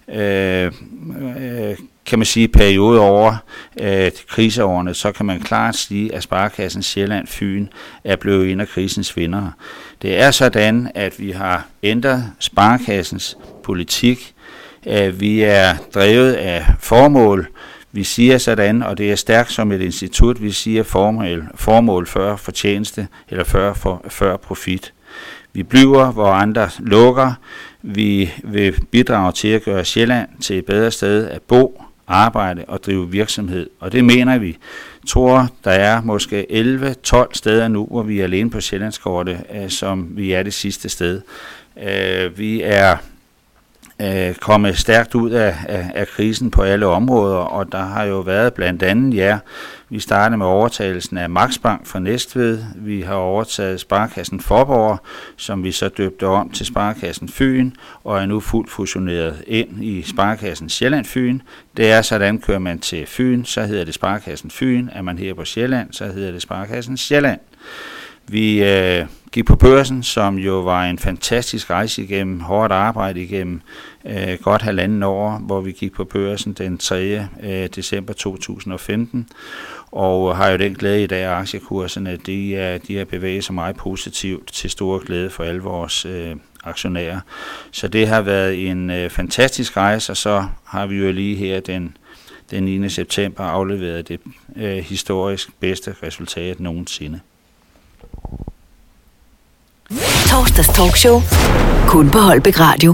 kan man sige, periode over kriseårene, så kan man klart sige, at Sparekassen Sjælland Fyn er blevet en af krisens vindere. Det er sådan, at vi har ændret Sparekassens politik. Vi er drevet af formål. Vi siger sådan, og det er stærkt som et institut, vi siger formål før fortjeneste, eller før profit. Vi bliver, hvor andre lukker. Vi vil bidrage til at gøre Sjælland til et bedre sted at bo, arbejde og drive virksomhed. Og det mener vi. Jeg tror, der er måske 11-12 steder nu, hvor vi er alene på Sjællandskortet, som vi er det sidste sted. Vi er kommet stærkt ud af krisen på alle områder, og der har jo været blandt andet, vi startede med overtagelsen af Max Bank fra Næstved, vi har overtaget Sparekassen Faaborg, som vi så døbte om til Sparekassen Fyn, og er nu fuldt fusioneret ind i Sparekassen Sjælland Fyn. Det er sådan, kører man til Fyn, så hedder det Sparekassen Fyn, er man her på Sjælland, så hedder det Sparekassen Sjælland. Vi gik på børsen, som jo var en fantastisk rejse igennem hårdt arbejde igennem godt 1,5 år, hvor vi gik på børsen den 3. december 2015, og har jo den glæde i dag, at aktiekurserne de har bevæget sig meget positivt til stor glæde for alle vores aktionærer. Så det har været en fantastisk rejse, og så har vi jo lige her den 9. september afleveret det historisk bedste resultat nogensinde. Torsdags talkshow. Kun på Holbæk Radio.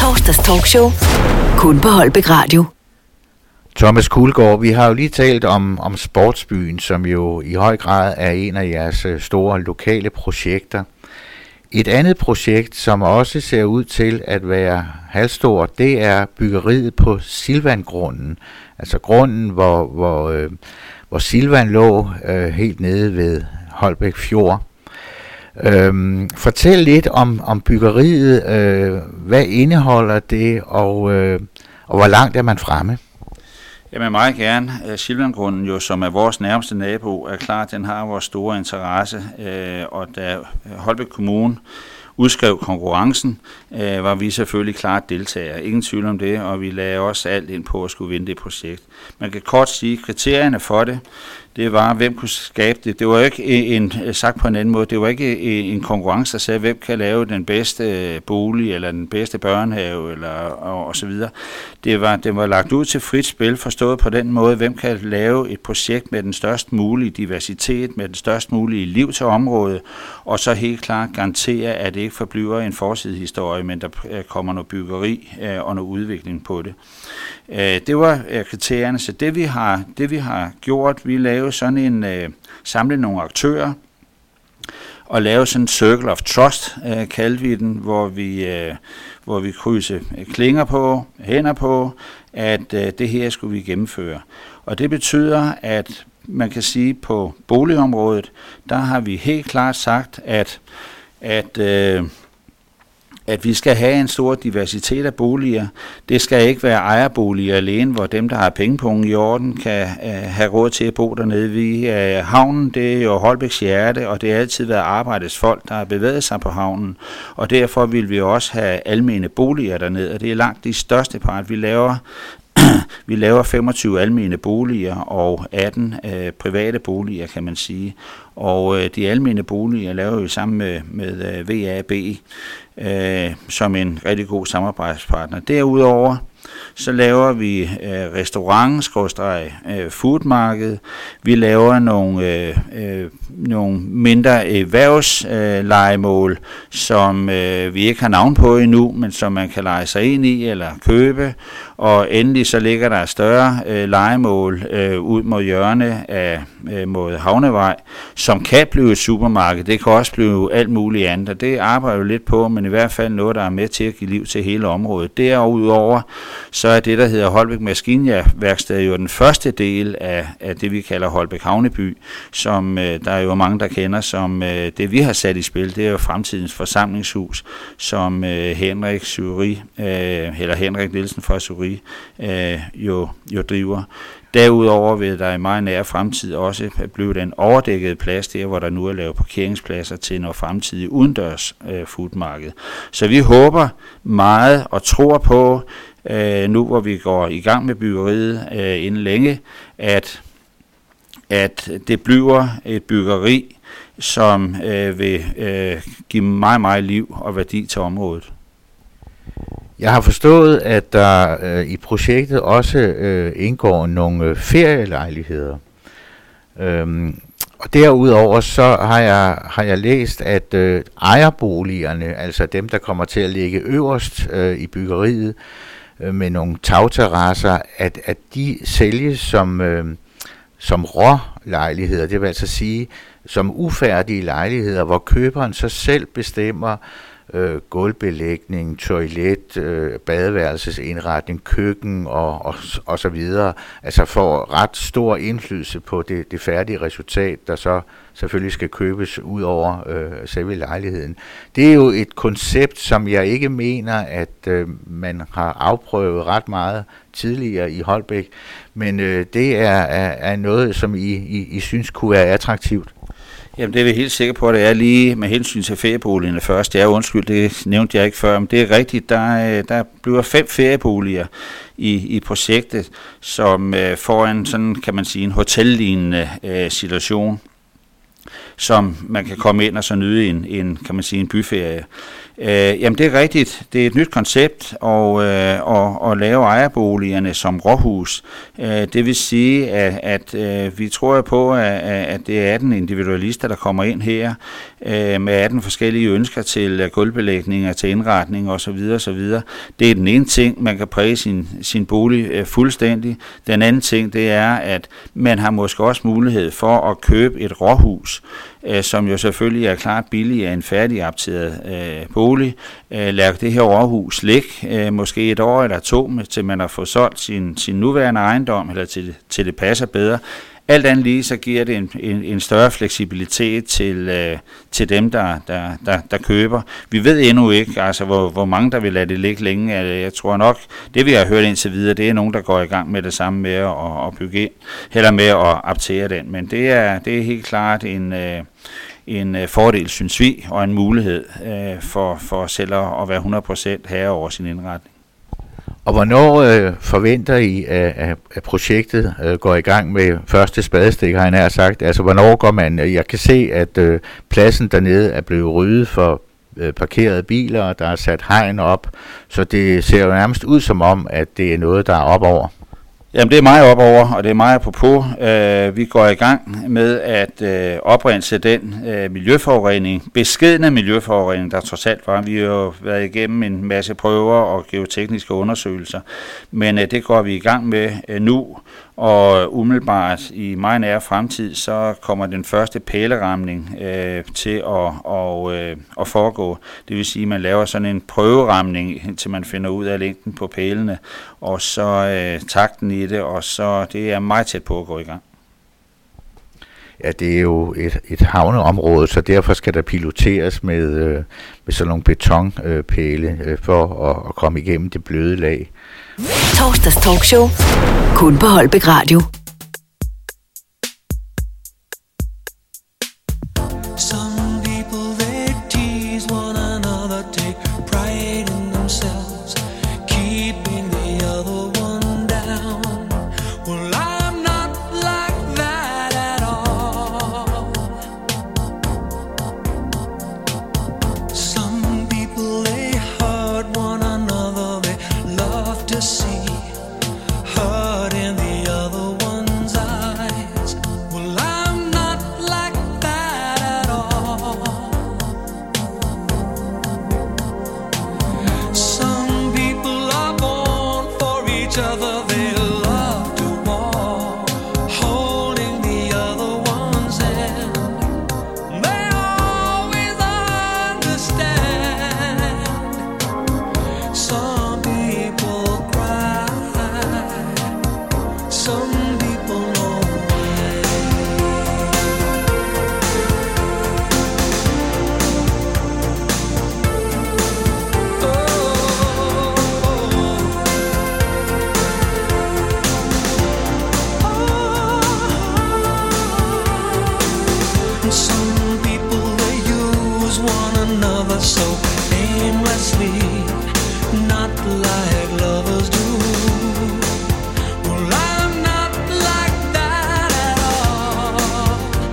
Torsdags talkshow. Kun på Holbæk Radio. Thomas Kuhlgaard, vi har jo lige talt om Sportsbyen, som jo i høj grad er en af jeres store lokale projekter. Et andet projekt, som også ser ud til at være halvstort, det er byggeriet på Silvangrunden. Altså grunden, hvor Silvan lå helt nede ved Holbæk Fjord. Fortæl lidt om byggeriet. Hvad indeholder det, og hvor langt er man fremme? Jamen meget gerne. Silvangrunden, jo, som er vores nærmeste nabo, er klart, den har vores store interesse. Og da Holbæk Kommune udskrev konkurrencen, var vi selvfølgelig klart deltagere. Ingen tvivl om det, og vi lagde også alt ind på at skulle vinde det projekt. Man kan kort sige, kriterierne for det var, hvem kunne skabe det. Det var ikke sagt på en anden måde, det var ikke en konkurrence, der sagde, hvem kan lave den bedste bolig, eller den bedste børnehave, og så videre. Det var lagt ud til frit spil, forstået på den måde, hvem kan lave et projekt med den størst mulige diversitet, med den størst mulige liv til området, og så helt klart garantere, at det ikke forbliver en forsidehistorie, men der kommer noget byggeri og noget udvikling på det. Det var kriterierne, så det vi har gjort, vi lavede sådan samle nogle aktører og lave sådan en circle of trust, kaldte vi den, hvor vi krydser hænder på, at det her skulle vi gennemføre. Og det betyder, at man kan sige, på boligområdet, der har vi helt klart sagt, at vi skal have en stor diversitet af boliger. Det skal ikke være ejerboliger alene, hvor dem, der har pengepungen i orden, kan have råd til at bo dernede. Havnen, det er jo Holbæks hjerte, og det har altid været arbejdets folk, der har bevæget sig på havnen. Og derfor vil vi også have almene boliger dernede, og det er langt de største part. Vi laver 25 almene boliger og 18 private boliger, kan man sige. Og de almene boliger laver vi sammen med VAB som en rigtig god samarbejdspartner. Derudover så laver vi restaurant/foodmarked. Vi laver nogle mindre erhvervslejemål, som vi ikke har navn på endnu, men som man kan leje sig ind i eller købe. Og endelig så ligger der større lejemål ud mod hjørne mod Havnevej, som kan blive et supermarked. Det kan også blive alt muligt andet, og det arbejder jo lidt på, men i hvert fald noget, der er med til at give liv til hele området. Derudover så er det, der hedder Holbæk Maskinværksted, jo den første del af det, vi kalder Holbæk Havneby, som der er jo mange, der kender som det, vi har sat i spil. Det er jo fremtidens forsamlingshus, som Henrik Nielsen fra Suri jo driver. Derudover vil der i meget nær fremtid også blive den overdækkede plads der, hvor der nu er lavet parkeringspladser til noget fremtidigt udendørs foodmarked. Så vi håber meget og tror på, nu hvor vi går i gang med byggeriet inden længe, at det bliver et byggeri, som vil give meget, meget liv og værdi til området. Jeg har forstået, at der i projektet også indgår nogle ferielejligheder. Og derudover så har jeg læst, at ejerboligerne, altså dem, der kommer til at ligge øverst i byggeriet med nogle tagterrasser, at de sælges som rålejligheder. Det vil altså sige som ufærdige lejligheder, hvor køberen så selv bestemmer gulvbelægning, toilet, badeværelsesindretning, køkken og så videre. Altså får ret stor indflydelse på det færdige resultat, der så selvfølgelig skal købes ud over selve lejligheden. Det er jo et koncept, som jeg ikke mener, at man har afprøvet ret meget tidligere i Holbæk, men det er noget, som I synes kunne være attraktivt. Jamen det er vi helt sikre på, at det er lige med hensyn til ferieboligerne først. Det nævnte jeg ikke før, men det er rigtigt. Der bliver 5 ferieboliger i projektet, som får en sådan, kan man sige, en hotellignende situation, som man kan komme ind og så nyde en kan man sige, en byferie. Jamen det er rigtigt. Det er et nyt koncept at lave ejerboligerne som råhus. Det vil sige, at vi tror på, at det er 18 individualister, der kommer ind her med 18 forskellige ønsker til gulvbelægninger, til indretning osv. osv. Det er den ene ting, man kan præge sin bolig fuldstændig. Den anden ting, det er, at man har måske også mulighed for at købe et råhus, som jo selvfølgelig er klart billigere end færdigapteret bolig. Lad det her råhus ligge måske 1 år eller 2, til man har fået solgt sin nuværende ejendom, eller til det passer bedre. Alt andet lige, så giver det en større fleksibilitet til dem, der køber. Vi ved endnu ikke, altså, hvor mange der vil lade det ligge længe. Jeg tror nok, det vi har hørt indtil videre, det er nogen, der går i gang med det samme med at bygge ind, eller med at aptere den. Men det er helt klart en fordel, synes vi, og en mulighed for selv at være 100% herre over sin indretning. Og hvornår forventer I, at projektet går i gang med første spadestik, har jeg nær sagt? Altså, hvornår går man? Jeg kan se, at pladsen dernede er blevet ryddet for parkerede biler, og der er sat hegn op, så det ser jo nærmest ud som om, at det er noget, der er op over. Jamen det er meget op over, og det er meget apropos. Vi går i gang med at oprense den miljøforurening, beskedne miljøforurening, der trods alt var. Vi har jo været igennem en masse prøver og geotekniske undersøgelser, men det går vi i gang med nu, og umiddelbart i meget nær fremtid, så kommer den første pæleramning til at foregå. Det vil sige, at man laver sådan en prøveramning, indtil man finder ud af længden på pælene, og så takten i det, og så det er meget tæt på at gå i gang. Ja, det er jo et havneområde, så derfor skal der piloteres med sådan nogle betonpæle for at komme igennem det bløde lag. Torsdags talkshow. Kun på Holbæk Radio. Some people they tease one another, take pride in themselves, keeping the other one down. Well, I'm not like that at all. Some people they hurt one another, they love to see hurt in the other one's eyes. Well, I'm not like that at all. Some people are born for each other, they love to walk, holding the other one's hand. They always understand. Some people cry, some people know why. Some people they use one another so aimlessly, not like lovers do. Well, I'm not like that at all.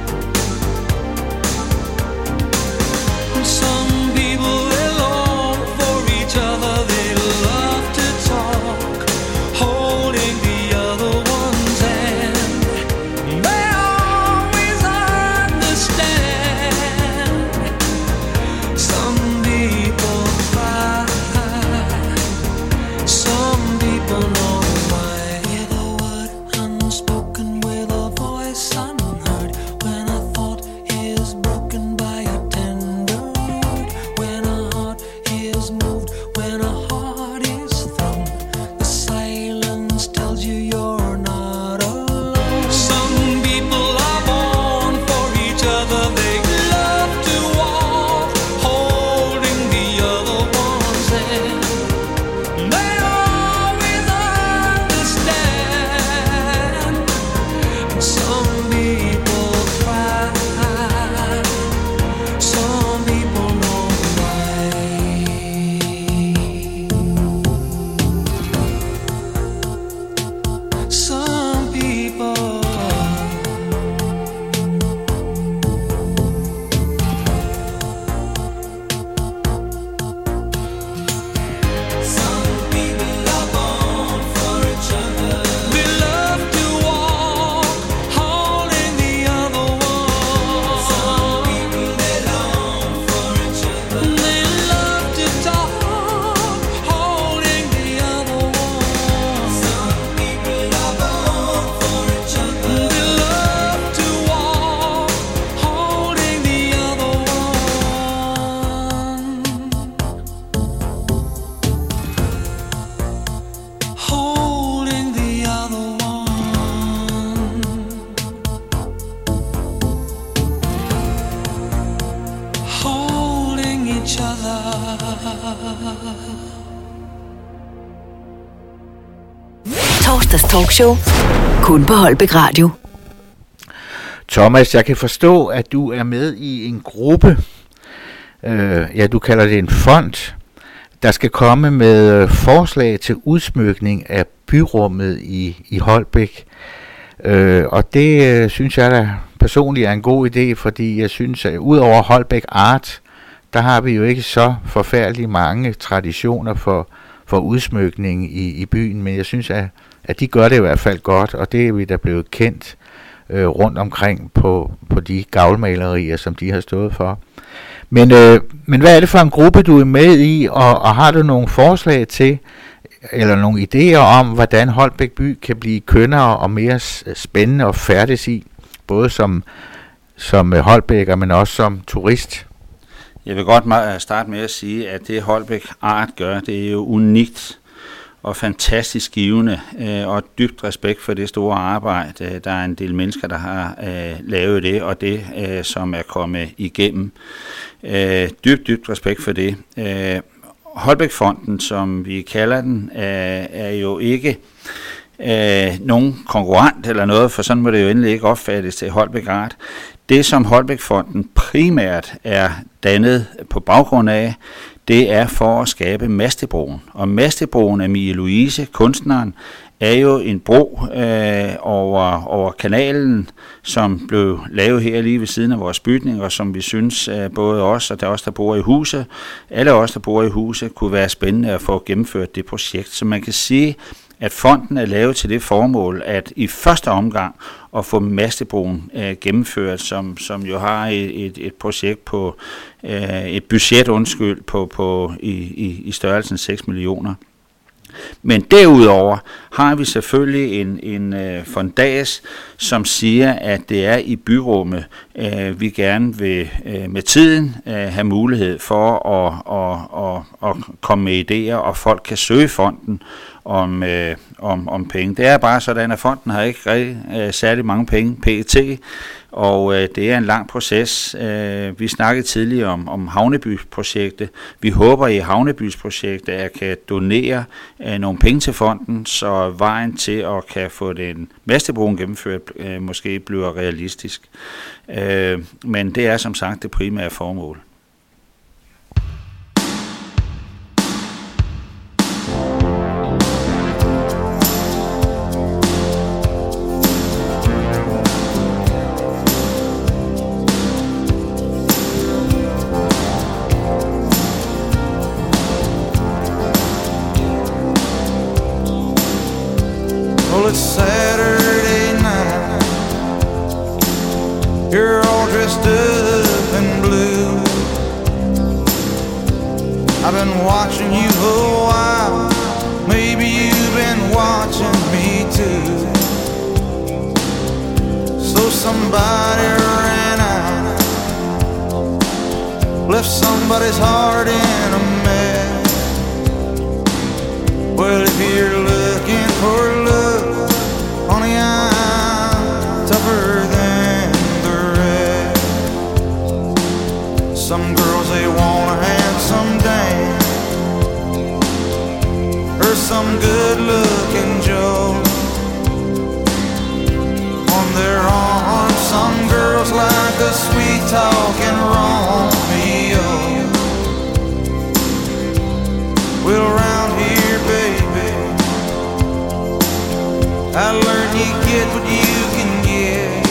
Some people they long for each other, they love to talk, holding the other one's hand. They always understand. Some people cry, some Torsdags talkshow. Kun på Holbæk Radio. Thomas, jeg kan forstå, at du er med i en gruppe, du kalder det en fond, der skal komme med forslag til udsmykning af byrummet i Holbæk. Og det synes jeg da personligt er en god idé, fordi jeg synes, at ud over Holbæk Art, der har vi jo ikke så forfærdeligt mange traditioner for udsmykning i byen, men jeg synes, at de gør det i hvert fald godt, og det er vi da blevet kendt rundt omkring på de gavlmalerier, som de har stået for. Men hvad er det for en gruppe, du er med i, og har du nogle forslag til, eller nogle idéer om, hvordan Holbæk by kan blive kønnere og mere spændende at færdes i, både som Holbæker, men også som turist? Jeg vil godt starte med at sige, at det Holbæk Art gør, det er jo unikt og fantastisk givende, og dybt respekt for det store arbejde. Der er en del mennesker, der har lavet det, og det, som er kommet igennem. Dybt respekt for det. Holbæk-fonden, som vi kalder den, er jo ikke nogen konkurrent eller noget, for sådan må det jo endelig ikke opfattes til Holbæk Art. Det, som Holbæk-fonden primært er dannet på baggrund af, det er for at skabe Mastebroen. Og Mastebroen af Mie Louise, kunstneren, er jo en bro over kanalen, som blev lavet her lige ved siden af vores bygning, og som vi synes, både os og der bor i huset, alle os, der bor i huset, kunne være spændende at få gennemført det projekt. Så man kan sige, at fonden er lavet til det formål, at i første omgang at få Mastebroen gennemført, som jo har et projekt på et budget i størrelsen 6 millioner. Men derudover har vi selvfølgelig en fondas, som siger, at det er i byrummet, vi gerne vil med tiden have mulighed for at komme med idéer, og folk kan søge fonden om penge. Det er bare sådan, at fonden har ikke særlig mange penge pt. Og det er en lang proces. Vi snakkede tidligere om Havnebys-projektet. Vi håber i Havnebys-projektet, at jeg kan donere nogle penge til fonden, så vejen til at kan få den Mastebroen gennemført måske bliver realistisk. Men det er som sagt det primære formål. Well, it's Saturday night. You're all dressed up in blue. I've been watching you for a while. Maybe you've been watching me too. So somebody ran out, left somebody's heart in a mess. Well, if you're looking for love, honey, I'm tougher than the rest. Some girls, they want a handsome dame, or some good-looking Joe on their arm. Some girls like a sweet-talking Romeo. Well, around here, baby, I learned you get what you can get.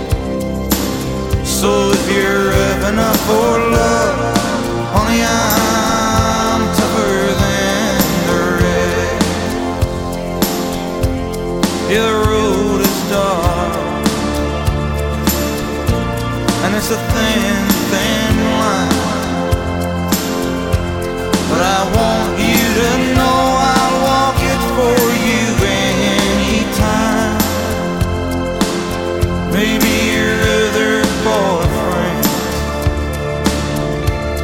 So if you're up enough for love, honey, I'm tougher than the rest. Yeah, the road is dark, and it's a thin, thin line, but I want you to know I'll walk it for you anytime. Maybe your other boyfriend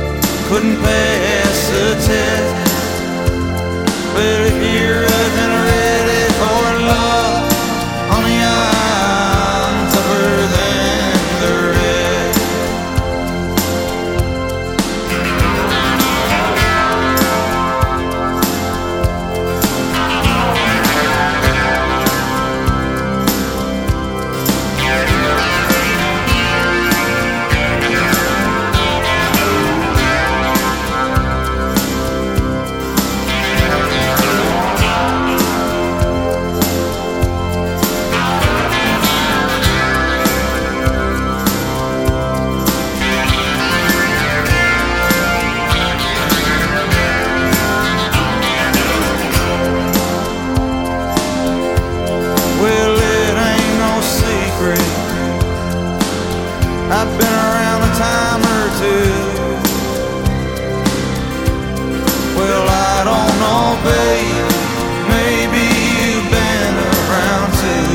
oh babe, maybe you've been around too.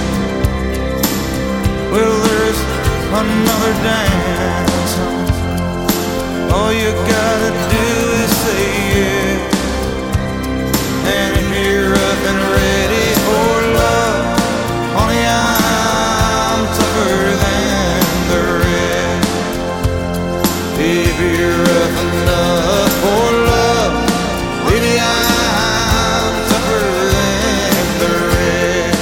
Well, there's another dance. All you gotta do is say yeah. And if you're up and ready for love, honey, I'm tougher than the rest. If you're up enough for love, baby, I'm tougher than the rest.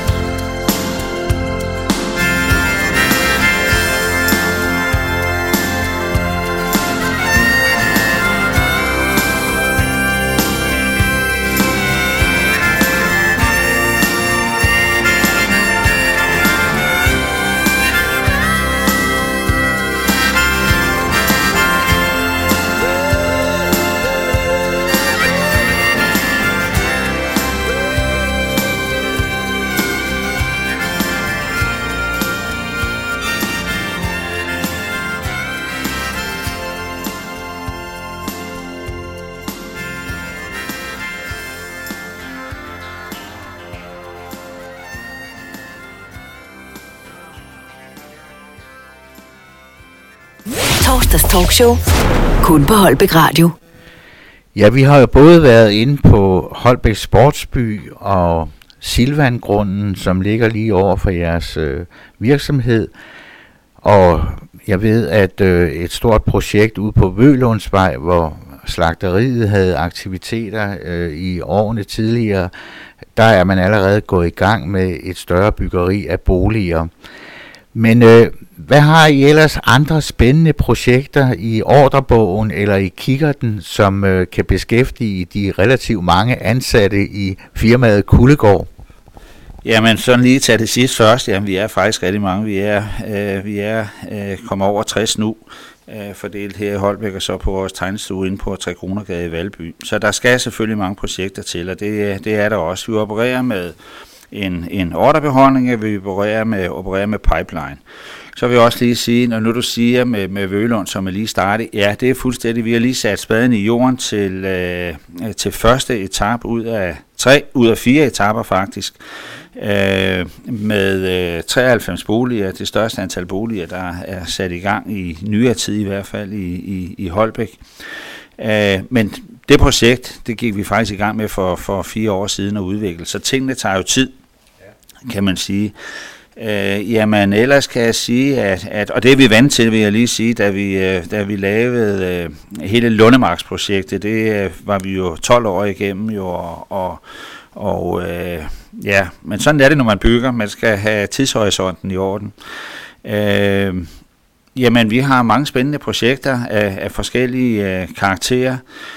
Torsdags talkshow. Kun på Holbæk Radio. Ja, vi har jo både været inde på Holbæk Sportsby og Silvangrunden, som ligger lige over for jeres virksomhed. Og jeg ved, at et stort projekt ude på Vølundsvej, hvor slagteriet havde aktiviteter i årene tidligere, der er man allerede gået i gang med et større byggeri af boliger. Men hvad har I ellers andre spændende projekter i ordrebogen eller i kikkerten, som kan beskæftige de relativt mange ansatte i firmaet Kuldegård? Jamen, sådan lige tage det sidste først. Jamen, vi er faktisk rigtig mange. Vi er kommet over 60 nu, fordelt her i Holbæk og så på vores tegnestue inde på Trekronergade i Valby. Så der skal selvfølgelig mange projekter til, og det er der også. Vi opererer med en ordrebeholdning, og vi opererer med pipeline. Så vil jeg også lige sige, når nu du siger med Vølund, som er lige startet, ja, det er fuldstændig. Vi har lige sat spaden i jorden til første etape ud af 4 etaper faktisk, med 93 boliger, det største antal boliger, der er sat i gang i nyere tid i hvert fald i Holbæk. Men det projekt, det gik vi faktisk i gang med for 4 år siden at udvikle, så tingene tager jo tid, kan man sige. Jamen ellers kan jeg sige, at og det er vi vant til, vil jeg lige sige, da vi lavede hele Lundemarksprojektet, det var vi jo 12 år igennem jo, og ja, men sådan er det, når man bygger. Man skal have tidshorisonten i orden. Jamen, vi har mange spændende projekter af forskellige karakterer.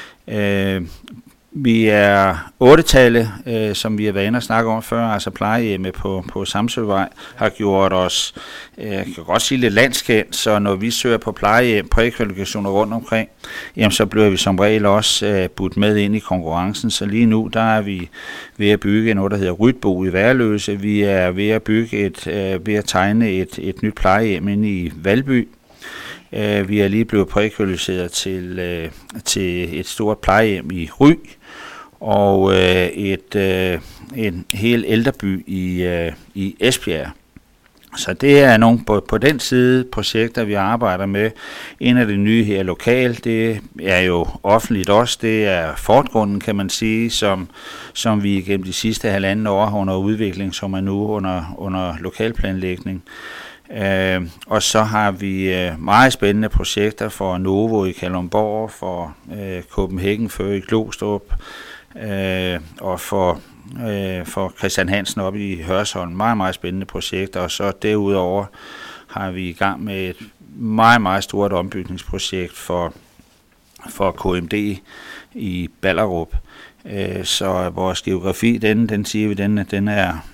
Vi er 8-tallet, som vi har været inde og snakke om før, altså plejehjemme på Samsøvej, har gjort os, jeg kan godt sige, lidt landskendt, så når vi søger på plejehjem, prækvalifikationer rundt omkring, jamen så bliver vi som regel også budt med ind i konkurrencen. Så lige nu, der er vi ved at bygge noget, der hedder Rytbo i Værløse. Vi er ved at tegne et nyt plejehjem inde i Valby. Vi er lige blevet prækvalificeret til et stort plejehjem i Ry, og en hel ældreby i Esbjerg. Så det er nogle på den side projekter, vi arbejder med. En af de nye her lokalt, det er jo offentligt også. Det er Fortgrunden, kan man sige, som vi gennem de sidste 1,5 år har under udvikling, som er nu under lokalplanlægning. Og så har vi meget spændende projekter for Novo i Kalundborg, for Copenhagen Før i Glostrup, og for Christian Hansen op i Hørsholm. Meget, meget spændende projekter. Og så derudover har vi i gang med et meget, meget stort ombygningsprojekt for KMD i Ballerup. Så vores geografi, den siger vi, den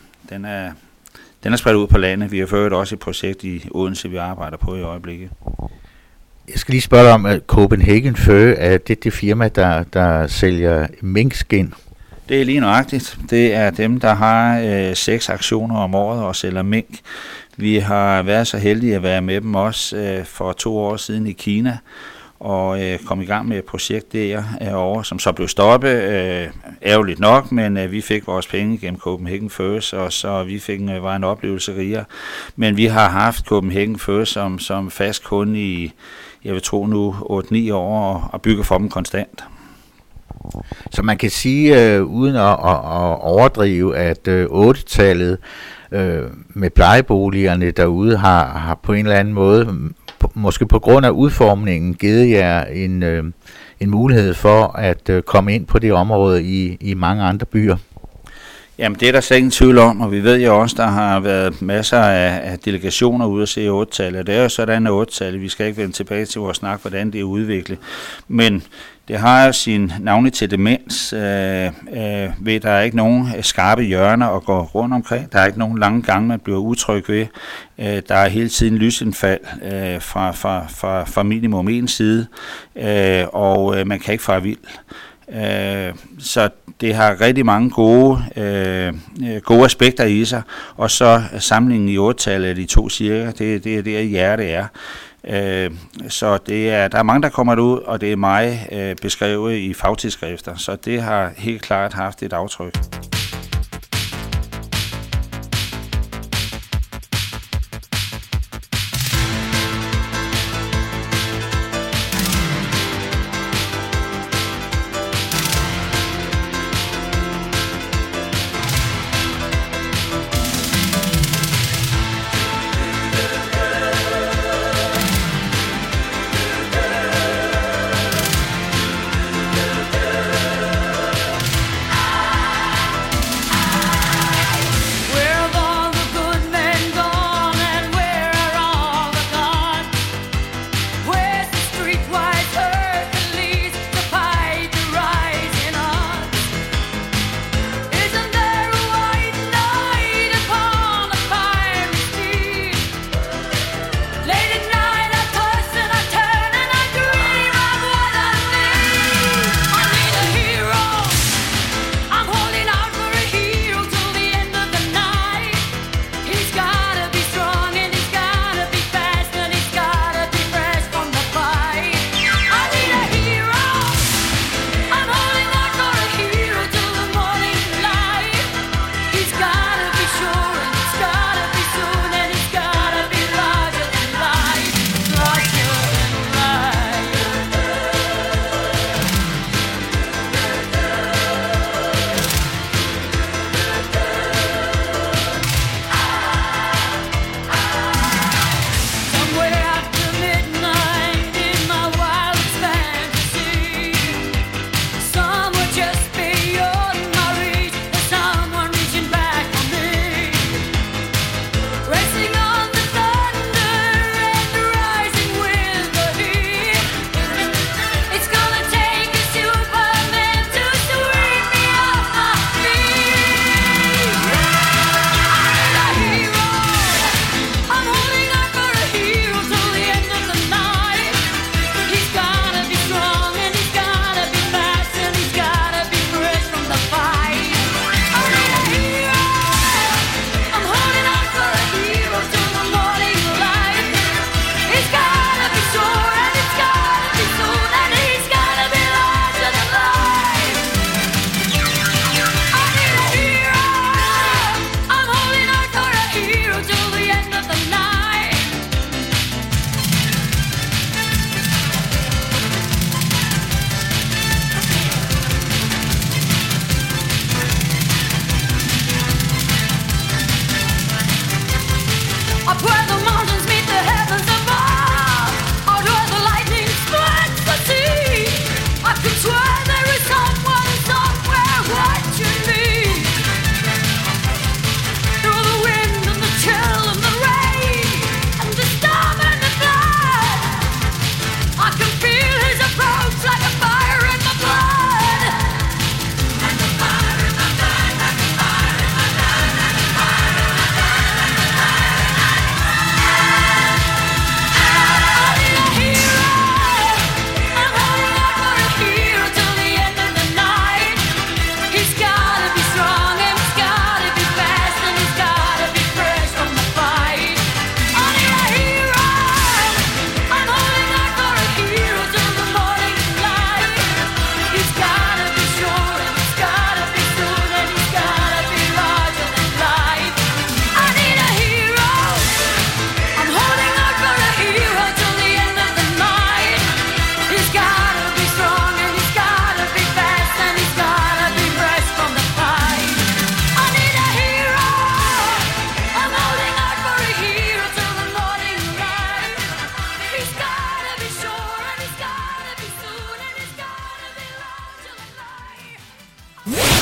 er spredt ud på landet. Vi har ført også et projekt i Odense, vi arbejder på i øjeblikket. Jeg skal lige spørge dig om, at Copenhagen Fur, er det firma, der sælger minkskin? Det er lige nøjagtigt. Det er dem, der har 6 aktioner om året og sælger mink. Vi har været så heldige at være med dem også for 2 år siden i Kina. kom i gang med et projekt derovre, som så blev stoppet, ærgerligt nok, men vi fik vores penge gennem Copenhagen First, og så vi fik var en oplevelse rigere. Men vi har haft Copenhagen First som fast kunde i, jeg vil tro nu, 8-9 år, og bygger for dem konstant. Så man kan sige, uden at overdrive, at 8-tallet med plejeboligerne derude har på en eller anden måde, måske på grund af udformningen, givet jer en mulighed for at komme ind på det område i mange andre byer. Jamen det er der slet ingen tvivl om, og vi ved jo også, der har været masser af delegationer ude at se 8-tallet. Det er jo sådan af 8-tallet, vi skal ikke vende tilbage til vores snak, hvordan det er udviklet. Men det har jo sin navnlig til demens, ved der er ikke nogen skarpe hjørner at gå rundt omkring. Der er ikke nogen lange gange, man bliver utryg ved. Der er hele tiden lysindfald fra minimum en side, og man kan ikke fare vild. Så det har rigtig mange gode aspekter i sig, og så sammenligningen i 8-tallet af de to cirka, det er der hjertet er. Så der er mange, der kommer ud, og det er mig beskrevet i fagtidsskrifter, så det har helt klart haft et aftryk.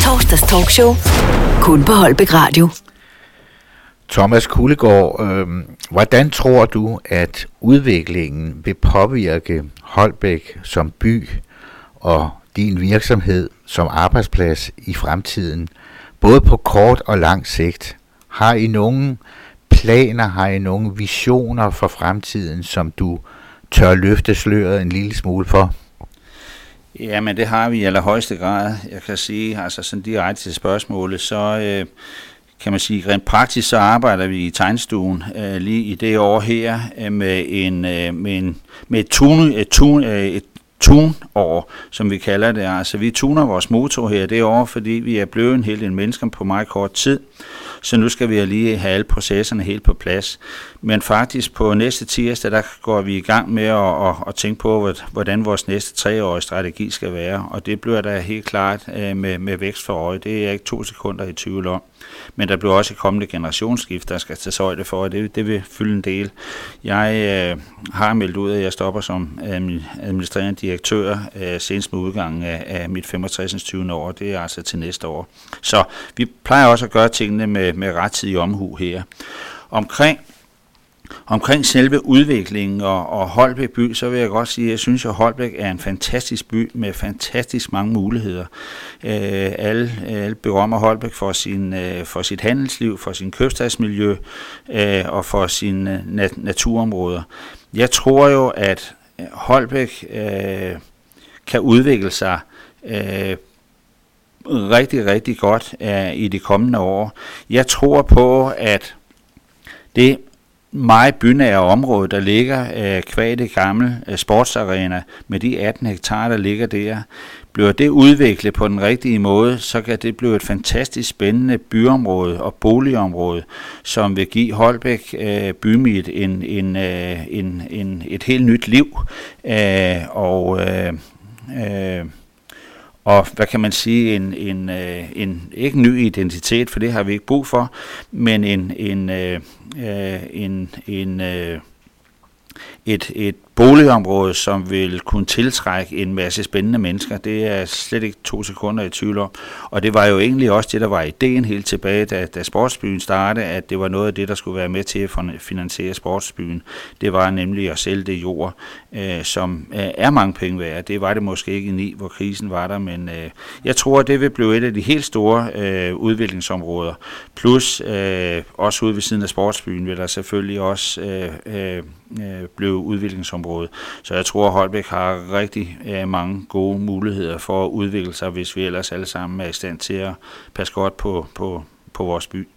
Torsdags talkshow. Kun på Holbæk Radio. Thomas Kullegaard, hvordan tror du, at udviklingen vil påvirke Holbæk som by og din virksomhed som arbejdsplads i fremtiden, både på kort og lang sigt? Har I nogle planer, har I nogle visioner for fremtiden, som du tør løfte sløret en lille smule for? Ja, men det har vi i allerhøjeste grad. Jeg kan sige, altså sådan direkte til spørgsmålet, så kan man sige, rent praktisk så arbejder vi i tegnestuen lige i det år her med et tune-år, som vi kalder det. Altså vi tuner vores motor her det år, fordi vi er blevet en hel del mennesker på meget kort tid. Så nu skal vi lige have alle processerne helt på plads. Men faktisk på næste tirsdag, der går vi i gang med at tænke på, hvordan vores næste 3-årige strategi skal være. Og det bliver da helt klart med vækst for øje. Det er jeg ikke 2 sekunder i tvivl om. Men der bliver også et kommende generationsskift, der skal tage højde for, og det vil fylde en del. Jeg har meldt ud, at jeg stopper som administrerende direktør senest med udgangen af mit 65. 20. år. Det er altså til næste år. Så vi plejer også at gøre tingene med rettidig omhu her. Omkring selve udviklingen og Holbæk by, så vil jeg godt sige, at jeg synes, at Holbæk er en fantastisk by med fantastisk mange muligheder. Alle berømmer Holbæk for sit handelsliv, for sin købstadsmiljø og for sine naturområder. Jeg tror jo, at Holbæk kan udvikle sig rigtig, rigtig godt i de kommende år. Jeg tror på, at det meget bynære område, der ligger kvad det gamle sportsarena med de 18 hektar, der ligger der, bliver det udviklet på den rigtige måde, så kan det blive et fantastisk spændende byområde og boligområde, som vil give Holbæk bymid et helt nyt liv. Og hvad kan man sige, ikke en ny identitet, for det har vi ikke brug for, men et boligområde, som vil kunne tiltrække en masse spændende mennesker. Det er slet ikke 2 sekunder i tvivl om. Og det var jo egentlig også det, der var ideen helt tilbage, da sportsbyen startede, at det var noget af det, der skulle være med til at finansiere sportsbyen. Det var nemlig at sælge det jord, som er mange penge værd. Det var det måske ikke i 9, hvor krisen var der, men jeg tror, det vil blive et af de helt store udviklingsområder. Plus også ude ved siden af sportsbyen vil der selvfølgelig også blive udviklingsområde. Så jeg tror, at Holbæk har rigtig mange gode muligheder for at udvikle sig, hvis vi ellers alle sammen er i stand til at passe godt på vores by.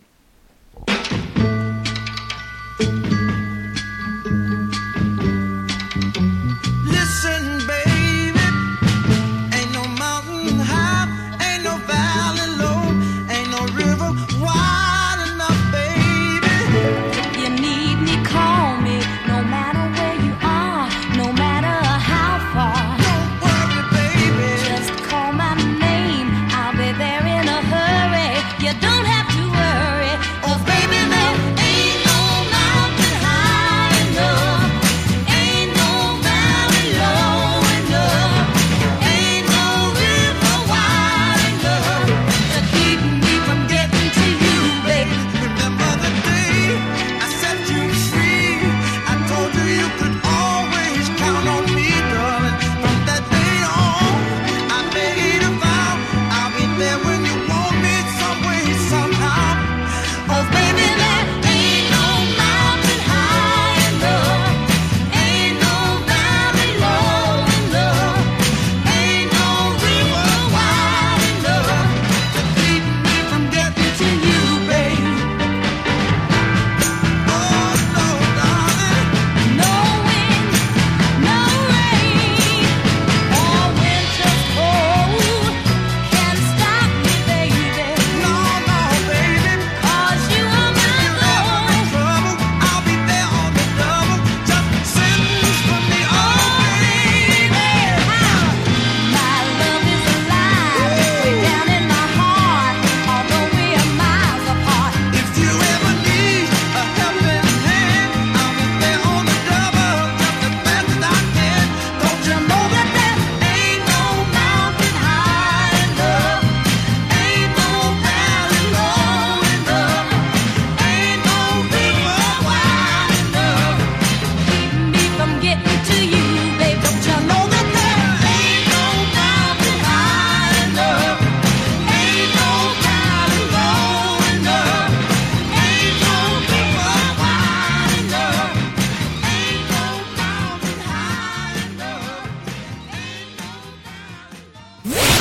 You don't have to worry.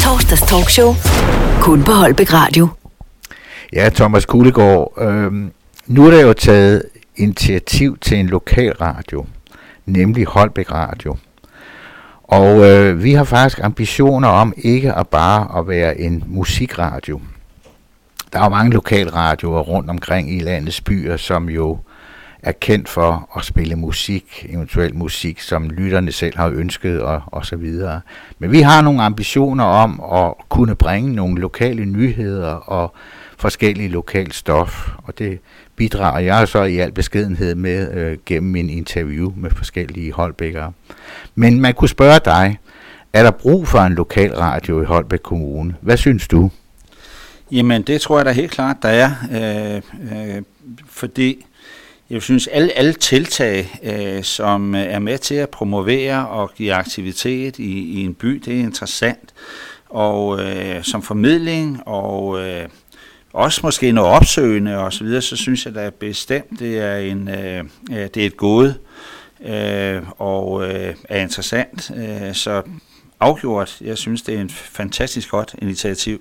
Torsdags talkshow. Kun på Holbæk Radio. Ja, Thomas Kulegaard, nu er der jo taget initiativ til en lokal radio, nemlig Holbæk Radio. Og vi har faktisk ambitioner om ikke at bare at være en musikradio. Der er jo mange lokalradioer rundt omkring i landets byer, som jo er kendt for at spille musik, eventuelt musik, som lytterne selv har ønsket og så videre. Men vi har nogle ambitioner om at kunne bringe nogle lokale nyheder og forskellige lokalt stof, og det bidrager jeg så i al beskedenhed med gennem min interview med forskellige holbækkere. Men man kunne spørge dig, er der brug for en lokal radio i Holbæk Kommune? Hvad synes du? Jamen, det tror jeg da helt klart, der er, fordi jeg synes, alle tiltag, som er med til at promovere og give aktivitet i en by, det er interessant, og som formidling og også måske noget opsøgende og så videre, så synes jeg da bestemt, det er et gode og er interessant. Så afgjort, jeg synes, det er en fantastisk godt initiativ.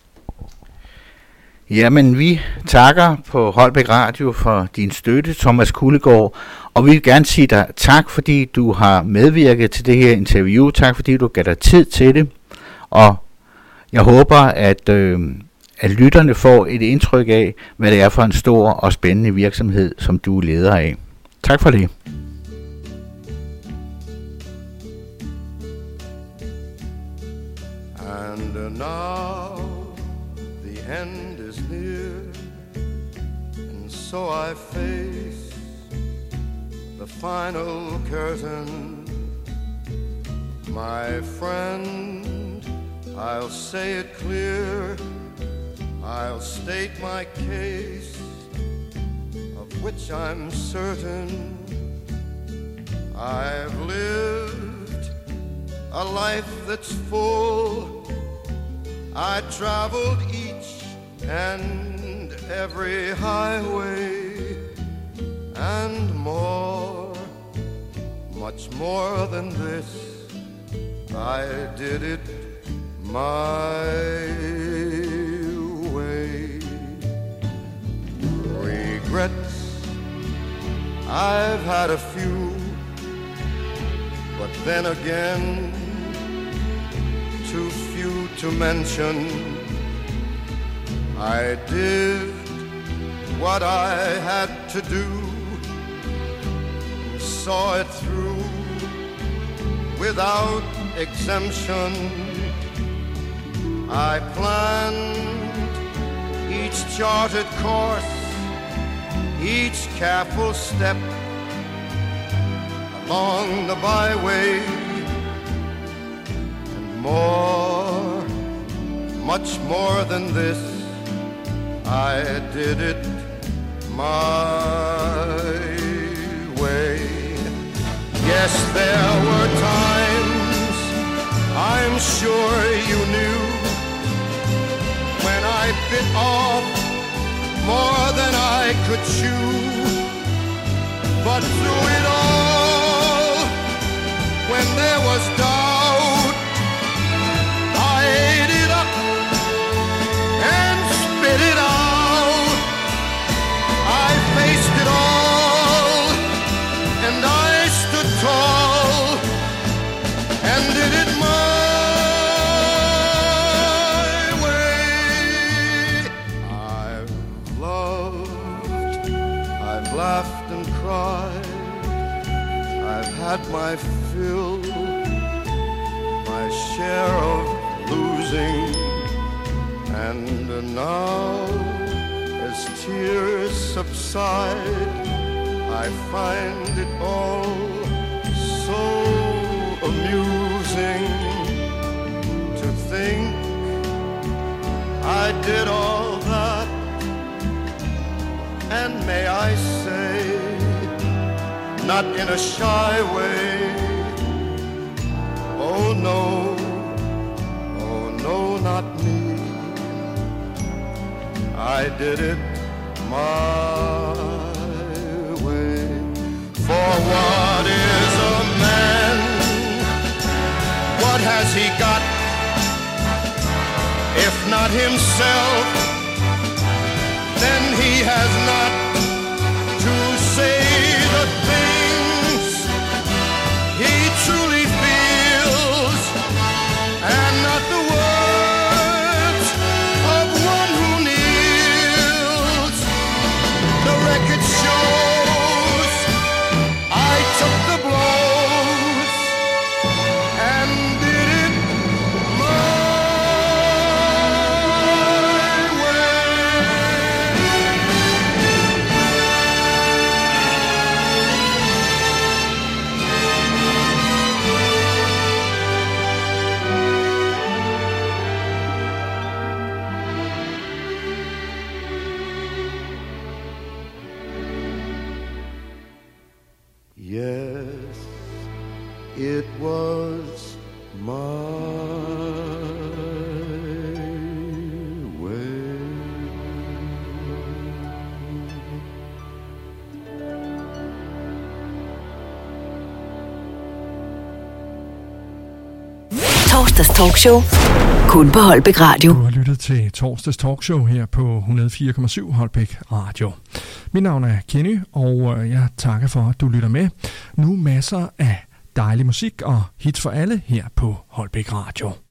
Jamen, vi takker på Holbæk Radio for din støtte, Thomas Kulegaard, og vi vil gerne sige dig tak, fordi du har medvirket til det her interview. Tak, fordi du gav dig tid til det, og jeg håber, at lytterne får et indtryk af, hvad det er for en stor og spændende virksomhed, som du er leder af. Tak for det. And now the end is near, and so I face the final curtain. My friend, I'll say it clear, I'll state my case, of which I'm certain. I've lived a life that's full. I traveled each and every highway, and more, much more than this, I did it my way. Regrets, I've had a few, but then again, too few to mention. I did what I had to do, saw it through without exemption. I planned each charted course, each careful step along the byway, and more, much more than this, I did it my way. Yes, there were times, I'm sure you knew, when I bit off more than I could chew. But through it all, when there was doubt, I ate it up and spit it out. I faced it all, and I stood tall and did it my way. I've loved, I've laughed and cried, I've had my fill, my share of losing, and now as tears subside, I find it all so amusing to think I did all that, and may I say, not in a shy way, oh no, not me. I did it my way. For what is a man? What has he got? If not himself, then he has not to say the things he truly feels, and not the words of one who kneels. The record shows I took the blows and did it my Yes, it was my way. Torsdags talkshow. Kun på Holbæk Radio. Du har lyttet til Torsdags Talkshow her på 104,7 Holbæk Radio. Mit navn er Kenny, og jeg takker for, at du lytter med. Nu masser af dejlig musik og hits for alle her på Holbæk Radio.